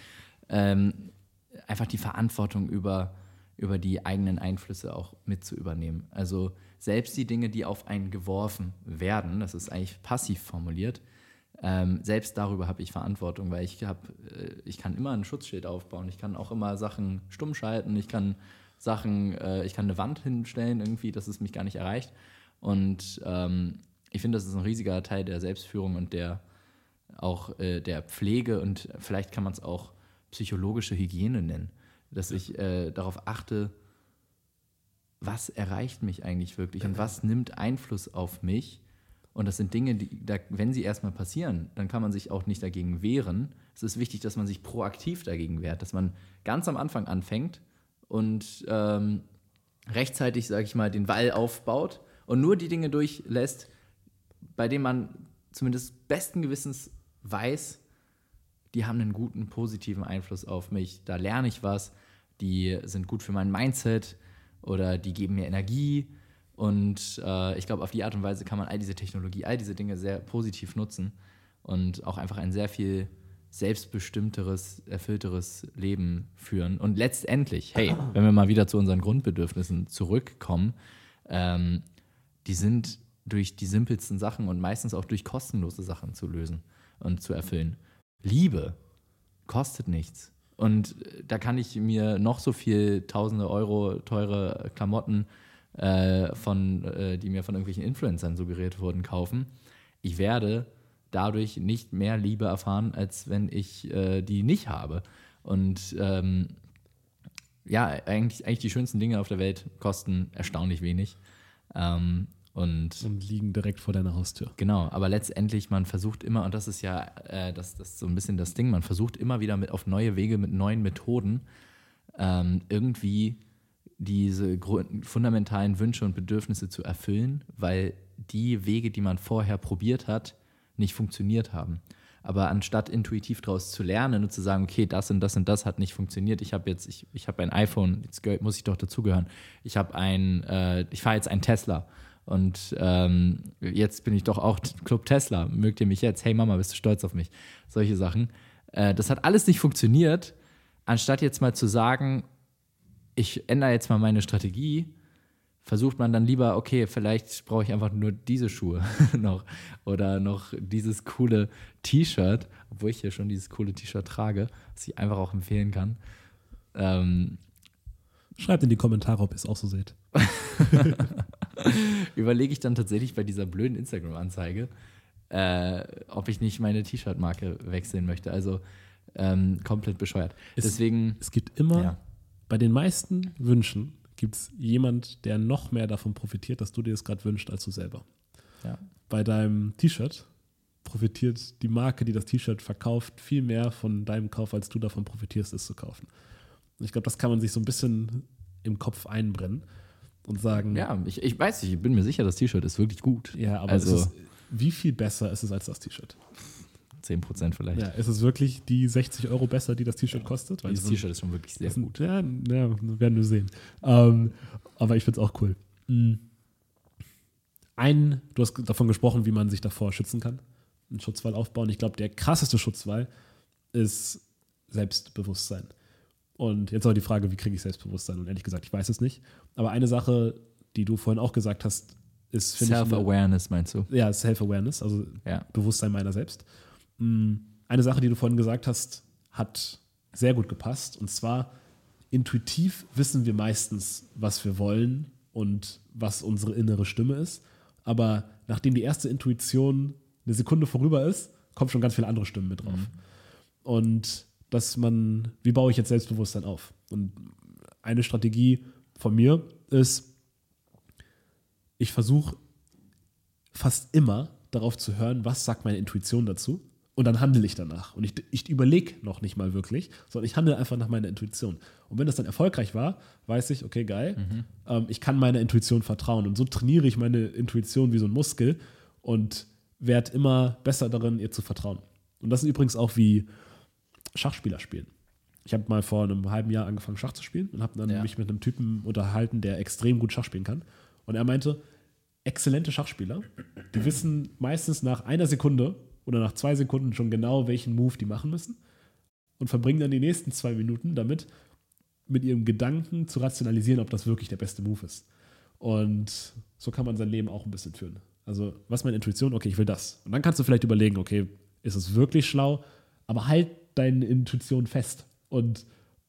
einfach die Verantwortung über die eigenen Einflüsse auch mit zu übernehmen. Also selbst die Dinge, die auf einen geworfen werden, das ist eigentlich passiv formuliert, selbst darüber habe ich Verantwortung, weil ich kann immer ein Schutzschild aufbauen, ich kann auch immer Sachen stumm schalten, ich kann eine Wand hinstellen irgendwie, dass es mich gar nicht erreicht. Und ich finde, das ist ein riesiger Teil der Selbstführung und der Pflege und vielleicht kann man es auch psychologische Hygiene nennen, dass ich darauf achte, was erreicht mich eigentlich wirklich und was nimmt Einfluss auf mich. Und das sind Dinge, wenn sie erstmal passieren, dann kann man sich auch nicht dagegen wehren. Es ist wichtig, dass man sich proaktiv dagegen wehrt, dass man ganz am Anfang anfängt und rechtzeitig, sage ich mal, den Wall aufbaut und nur die Dinge durchlässt, bei denen man zumindest besten Gewissens weiß, die haben einen guten, positiven Einfluss auf mich. Da lerne ich was, die sind gut für mein Mindset oder die geben mir Energie Und ich glaube, auf die Art und Weise kann man all diese Technologie, all diese Dinge sehr positiv nutzen und auch einfach ein sehr viel selbstbestimmteres, erfüllteres Leben führen. Und letztendlich, hey, wenn wir mal wieder zu unseren Grundbedürfnissen zurückkommen, die sind durch die simpelsten Sachen und meistens auch durch kostenlose Sachen zu lösen und zu erfüllen. Liebe kostet nichts. Und da kann ich mir noch so viel tausende Euro teure Klamotten, die mir von irgendwelchen Influencern suggeriert wurden, kaufen. Ich werde dadurch nicht mehr Liebe erfahren, als wenn ich die nicht habe. Und eigentlich die schönsten Dinge auf der Welt kosten erstaunlich wenig. Und liegen direkt vor deiner Haustür. Genau, aber letztendlich, man versucht immer, und das ist ja das ist so ein bisschen das Ding, man versucht immer wieder auf neue Wege mit neuen Methoden irgendwie diese fundamentalen Wünsche und Bedürfnisse zu erfüllen, weil die Wege, die man vorher probiert hat, nicht funktioniert haben. Aber anstatt intuitiv daraus zu lernen und zu sagen, okay, das und das und das hat nicht funktioniert, ich habe ein iPhone, jetzt muss ich doch dazugehören, ich fahre jetzt einen Tesla. Und jetzt bin ich doch auch Club Tesla. Mögt ihr mich jetzt? Hey Mama, bist du stolz auf mich? Solche Sachen. Das hat alles nicht funktioniert. Anstatt jetzt mal zu sagen, ich ändere jetzt mal meine Strategie, versucht man dann lieber, okay, vielleicht brauche ich einfach nur diese Schuhe noch oder noch dieses coole T-Shirt, obwohl ich hier schon dieses coole T-Shirt trage, was ich einfach auch empfehlen kann. Schreibt in die Kommentare, ob ihr es auch so seht. Überlege ich dann tatsächlich bei dieser blöden Instagram-Anzeige, ob ich nicht meine T-Shirt-Marke wechseln möchte. Also komplett bescheuert. Deswegen, es gibt immer, bei den meisten Wünschen gibt es jemand, der noch mehr davon profitiert, dass du dir das gerade wünschst, als du selber. Ja. Bei deinem T-Shirt profitiert die Marke, die das T-Shirt verkauft, viel mehr von deinem Kauf, als du davon profitierst, es zu kaufen. Und ich glaube, das kann man sich so ein bisschen im Kopf einbrennen und sagen. Ja, ich weiß nicht, ich bin mir sicher, das T-Shirt ist wirklich gut. Ja, aber wie viel besser ist es als das T-Shirt? 10% vielleicht. Ja, ist es wirklich die 60 Euro besser, die das T-Shirt kostet? Weil das T-Shirt ist schon wirklich sehr gut. Ja, werden wir sehen. Aber ich finde es auch cool. Du hast davon gesprochen, wie man sich davor schützen kann. Einen Schutzwall aufbauen. Ich glaube, der krasseste Schutzwall ist Selbstbewusstsein. Und jetzt aber die Frage, wie kriege ich Selbstbewusstsein? Und ehrlich gesagt, ich weiß es nicht. Aber eine Sache, die du vorhin auch gesagt hast, ist, finde ich, Self-Awareness meinst du? Ja, Self-Awareness, also Bewusstsein meiner selbst. Eine Sache, die du vorhin gesagt hast, hat sehr gut gepasst. Und zwar, intuitiv wissen wir meistens, was wir wollen und was unsere innere Stimme ist. Aber nachdem die erste Intuition eine Sekunde vorüber ist, kommen schon ganz viele andere Stimmen mit drauf. Und wie baue ich jetzt Selbstbewusstsein auf? Und eine Strategie von mir ist, ich versuche fast immer darauf zu hören, was sagt meine Intuition dazu, und dann handle ich danach. Und ich überlege noch nicht mal wirklich, sondern ich handle einfach nach meiner Intuition. Und wenn das dann erfolgreich war, weiß ich, okay, geil, ich kann meiner Intuition vertrauen. Und so trainiere ich meine Intuition wie so ein Muskel und werde immer besser darin, ihr zu vertrauen. Und das ist übrigens auch wie Schachspieler spielen. Ich habe mal vor einem halben Jahr angefangen, Schach zu spielen und habe dann mich mit einem Typen unterhalten, der extrem gut Schach spielen kann. Und er meinte, exzellente Schachspieler, die wissen meistens nach einer Sekunde oder nach 2 Sekunden schon genau, welchen Move die machen müssen und verbringen dann die nächsten 2 Minuten damit, mit ihrem Gedanken zu rationalisieren, ob das wirklich der beste Move ist. Und so kann man sein Leben auch ein bisschen führen. Also, was ist meine Intuition? Okay, ich will das. Und dann kannst du vielleicht überlegen, okay, ist es wirklich schlau? Aber halt deine Intuition fest und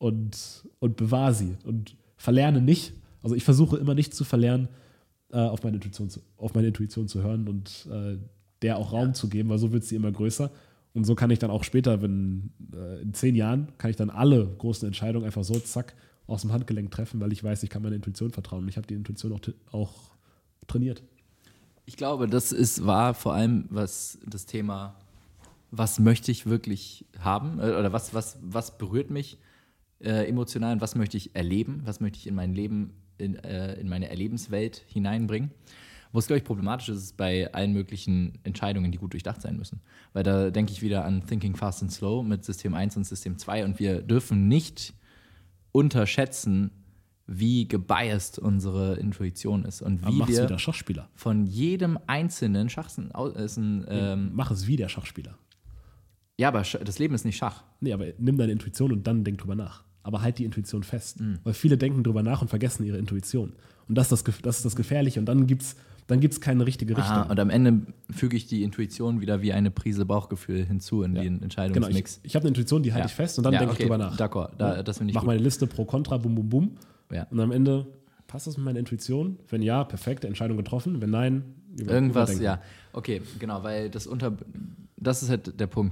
bewahr sie und verlerne nicht. Also ich versuche immer nicht zu verlernen, auf meine Intuition zu hören und der auch Raum zu geben, weil so wird sie immer größer. Und so kann ich dann auch später, in 10 Jahren, kann ich dann alle großen Entscheidungen einfach so zack aus dem Handgelenk treffen, weil ich weiß, ich kann meiner Intuition vertrauen. Und ich habe die Intuition auch trainiert. Ich glaube, war vor allem das Thema, was möchte ich wirklich haben oder was berührt mich emotional und was möchte ich erleben, was möchte ich in mein Leben, in meine Erlebenswelt hineinbringen. Wo es, glaube ich, problematisch ist bei allen möglichen Entscheidungen, die gut durchdacht sein müssen. Weil da denke ich wieder an Thinking Fast and Slow mit System 1 und System 2 und wir dürfen nicht unterschätzen, wie gebiased unsere Intuition ist und Aber wie mach's wie wir der Schachspieler. von jedem einzelnen Mach es wie der Schachspieler. ja, aber das Leben ist nicht Schach. Nee, aber nimm deine Intuition und dann denk drüber nach. Aber halt die Intuition fest. Weil viele denken drüber nach und vergessen ihre Intuition. Und das ist das Gefährliche. Und dann gibt's keine richtige Richtung. Und am Ende füge ich die Intuition wieder wie eine Prise Bauchgefühl hinzu in den Entscheidungsmix. Genau, ich habe eine Intuition, die halte ich fest und dann denke ich drüber nach. D'accord, das finde ich Mach gut. meine Liste pro, contra, bum, bum, bum. Ja. Und am Ende, passt das mit meiner Intuition? Wenn ja, perfekte Entscheidung getroffen. Wenn nein, Irgendwas, überdenken. ja. Okay, genau, weil das ist halt der Punkt.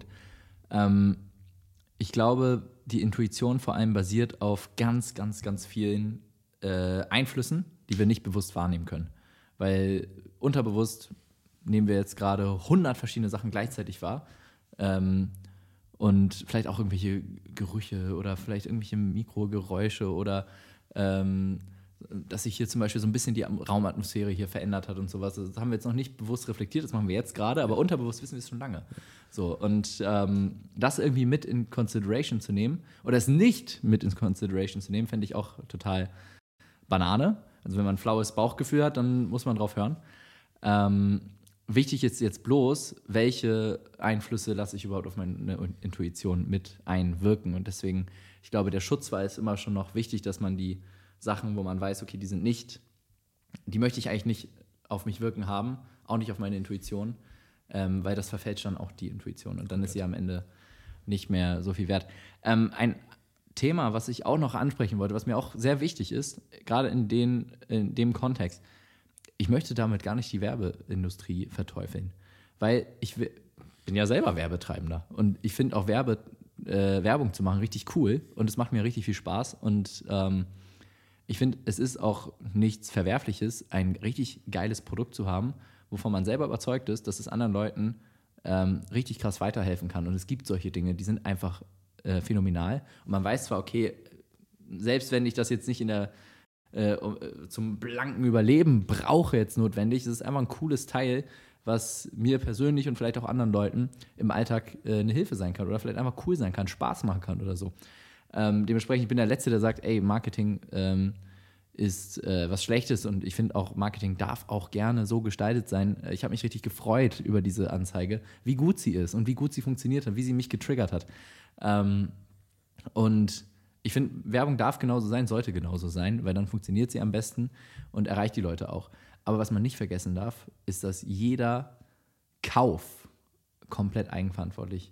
Ich glaube, die Intuition vor allem basiert auf ganz, ganz, ganz vielen Einflüssen, die wir nicht bewusst wahrnehmen können. Weil unterbewusst nehmen wir jetzt gerade 100 verschiedene Sachen gleichzeitig wahr. Und vielleicht auch irgendwelche Gerüche oder vielleicht irgendwelche Mikrogeräusche oder dass sich hier zum Beispiel so ein bisschen die Raumatmosphäre hier verändert hat und sowas. Das haben wir jetzt noch nicht bewusst reflektiert, das machen wir jetzt gerade, aber unterbewusst wissen wir es schon lange. So, und das irgendwie mit in Consideration zu nehmen oder es nicht mit in Consideration zu nehmen, fände ich auch total Banane. Also wenn man ein flaues Bauchgefühl hat, dann muss man drauf hören. Wichtig ist jetzt bloß, welche Einflüsse lasse ich überhaupt auf meine Intuition mit einwirken. Und deswegen, ich glaube, der Schutz war es immer schon noch wichtig, dass man die Sachen, wo man weiß, okay, die möchte ich eigentlich nicht auf mich wirken haben, auch nicht auf meine Intuition, weil das verfälscht dann auch die Intuition und dann ist sie am Ende nicht mehr so viel wert. Ein Thema, was ich auch noch ansprechen wollte, was mir auch sehr wichtig ist, gerade in dem Kontext, ich möchte damit gar nicht die Werbeindustrie verteufeln, weil ich bin ja selber Werbetreibender und ich finde auch Werbung zu machen richtig cool und es macht mir richtig viel Spaß und ich finde, es ist auch nichts Verwerfliches, ein richtig geiles Produkt zu haben, wovon man selber überzeugt ist, dass es anderen Leuten richtig krass weiterhelfen kann. Und es gibt solche Dinge, die sind einfach phänomenal. Und man weiß zwar, okay, selbst wenn ich das jetzt nicht zum blanken Überleben brauche jetzt notwendig, es ist einfach ein cooles Teil, was mir persönlich und vielleicht auch anderen Leuten im Alltag eine Hilfe sein kann oder vielleicht einfach cool sein kann, Spaß machen kann oder so. Dementsprechend, ich bin der Letzte, der sagt, ey, Marketing ist was Schlechtes und ich finde auch, Marketing darf auch gerne so gestaltet sein. Ich habe mich richtig gefreut über diese Anzeige, wie gut sie ist und wie gut sie funktioniert hat, wie sie mich getriggert hat. Und ich finde, Werbung darf genauso sein, sollte genauso sein, weil dann funktioniert sie am besten und erreicht die Leute auch. Aber was man nicht vergessen darf, ist, dass jeder Kauf komplett eigenverantwortlich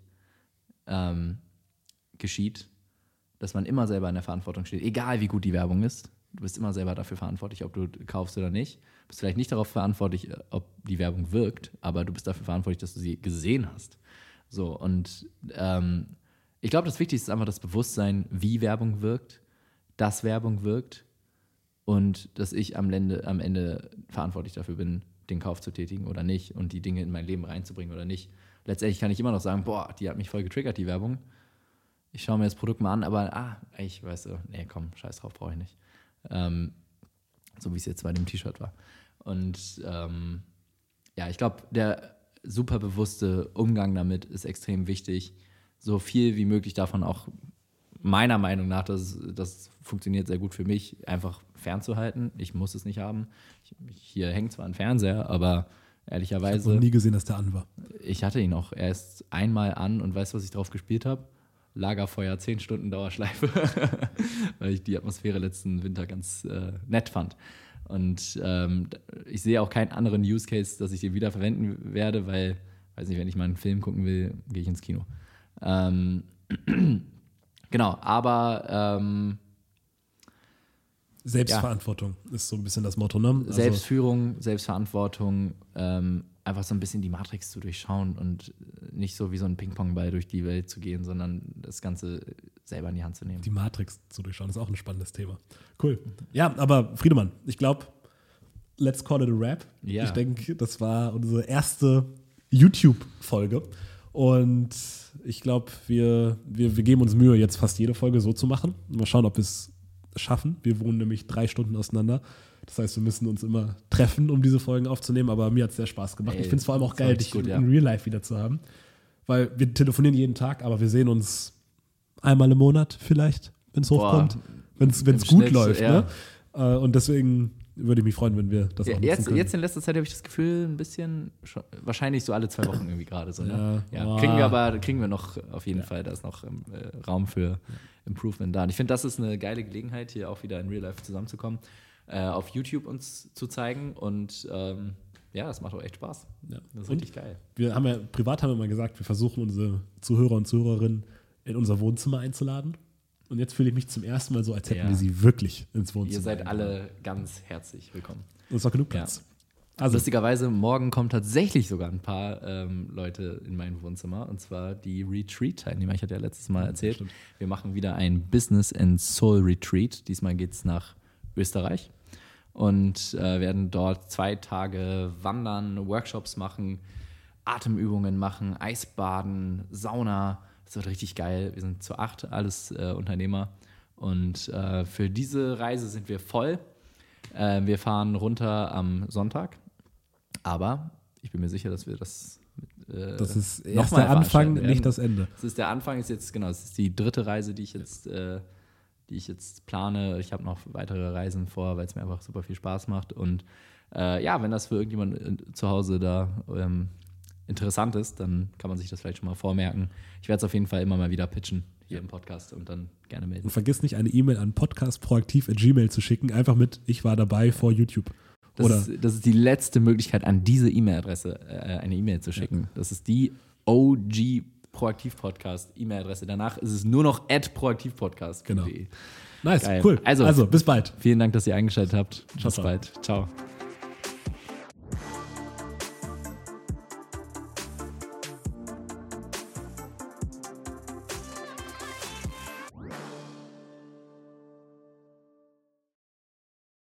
geschieht, dass man immer selber in der Verantwortung steht, egal wie gut die Werbung ist. Du bist immer selber dafür verantwortlich, ob du kaufst oder nicht. Du bist vielleicht nicht darauf verantwortlich, ob die Werbung wirkt, aber du bist dafür verantwortlich, dass du sie gesehen hast. So, und ich glaube, das Wichtigste ist einfach das Bewusstsein, wie Werbung wirkt, dass Werbung wirkt und dass ich am Ende verantwortlich dafür bin, den Kauf zu tätigen oder nicht und die Dinge in mein Leben reinzubringen oder nicht. Letztendlich kann ich immer noch sagen, boah, die hat mich voll getriggert, die Werbung. Ich schaue mir das Produkt mal an, aber ich weiß, nee, komm, scheiß drauf, brauche ich nicht. So wie es jetzt bei dem T-Shirt war. Und ich glaube, der super bewusste Umgang damit ist extrem wichtig. So viel wie möglich davon auch meiner Meinung nach, das funktioniert sehr gut für mich, einfach fernzuhalten. Ich muss es nicht haben. Hier hängt zwar ein Fernseher, aber ehrlicherweise. Ich habe noch nie gesehen, dass der an war. Ich hatte ihn auch erst einmal an und weißt du, was ich drauf gespielt habe? Lagerfeuer, 10 Stunden Dauerschleife, weil ich die Atmosphäre letzten Winter ganz nett fand. Und ich sehe auch keinen anderen Use Case, dass ich den wieder verwenden werde, weil, weiß nicht, wenn ich mal einen Film gucken will, gehe ich ins Kino. Genau, aber Selbstverantwortung ist so ein bisschen das Motto, ne? Also Selbstführung, Selbstverantwortung, einfach so ein bisschen die Matrix zu durchschauen und nicht so wie so ein Ping-Pong-Ball durch die Welt zu gehen, sondern das Ganze selber in die Hand zu nehmen. Die Matrix zu durchschauen ist auch ein spannendes Thema. Cool. Ja, aber Friedemann, ich glaube, let's call it a wrap. Ja. Ich denke, das war unsere erste YouTube-Folge. Und ich glaube, wir geben uns Mühe, jetzt fast jede Folge so zu machen. Mal schauen, ob wir es schaffen. Wir wohnen nämlich 3 Stunden auseinander. Das heißt, wir müssen uns immer treffen, um diese Folgen aufzunehmen. Aber mir hat es sehr Spaß gemacht. Ich finde es vor allem auch geil, dich in Real Life wieder zu haben. Weil wir telefonieren jeden Tag, aber wir sehen uns einmal im Monat vielleicht, wenn es hochkommt. Wenn es gut läuft. Ja. Und deswegen würde ich mich freuen, wenn wir das auch nutzen können. Jetzt in letzter Zeit habe ich das Gefühl, ein bisschen, wahrscheinlich so alle 2 Wochen irgendwie gerade so. Ne? Ja. Ja, kriegen wir noch auf jeden Fall, da ist noch Raum für Improvement da. Und ich finde, das ist eine geile Gelegenheit, hier auch wieder in Real Life zusammenzukommen, auf YouTube uns zu zeigen und das macht auch echt Spaß. Ja. Das ist richtig geil. Privat haben wir mal gesagt, wir versuchen unsere Zuhörer und Zuhörerinnen in unser Wohnzimmer einzuladen. Und jetzt fühle ich mich zum ersten Mal so, als hätten wir sie wirklich ins Wohnzimmer. Ihr seid alle ganz herzlich willkommen. Und es ist auch genug Platz. Ja. Also, lustigerweise, morgen kommen tatsächlich sogar ein paar Leute in mein Wohnzimmer. Und zwar die Retreat-Teilnehmer. Ich hatte ja letztes Mal erzählt, wir machen wieder ein Business and Soul Retreat. Diesmal geht es nach Österreich. Und werden dort 2 Tage wandern, Workshops machen, Atemübungen machen, Eisbaden, Sauna. Das wird richtig geil. Wir sind zu 8, alles Unternehmer. Und für diese Reise sind wir voll. Wir fahren runter am Sonntag. Aber ich bin mir sicher, dass wir das das ist erst der Anfang, nicht das Ende. Das ist der Anfang, es ist die 3. Reise, die ich jetzt plane. Ich habe noch weitere Reisen vor, weil es mir einfach super viel Spaß macht. Und wenn das für irgendjemanden zu Hause da interessant ist, dann kann man sich das vielleicht schon mal vormerken. Ich werde es auf jeden Fall immer mal wieder pitchen hier im Podcast und dann gerne melden. Und vergiss nicht, eine E-Mail an podcastproaktiv@gmail zu schicken, einfach mit "Ich war dabei" vor YouTube. Das ist die letzte Möglichkeit, an diese E-Mail-Adresse eine E-Mail zu schicken. Ja. Das ist die OG Proaktiv-Podcast E-Mail-Adresse. Danach ist es nur noch @proaktivpodcast.de. Genau. Nice, geil. Cool. Also, bis bald. Vielen Dank, dass ihr eingeschaltet habt. Bis bald. Ciao.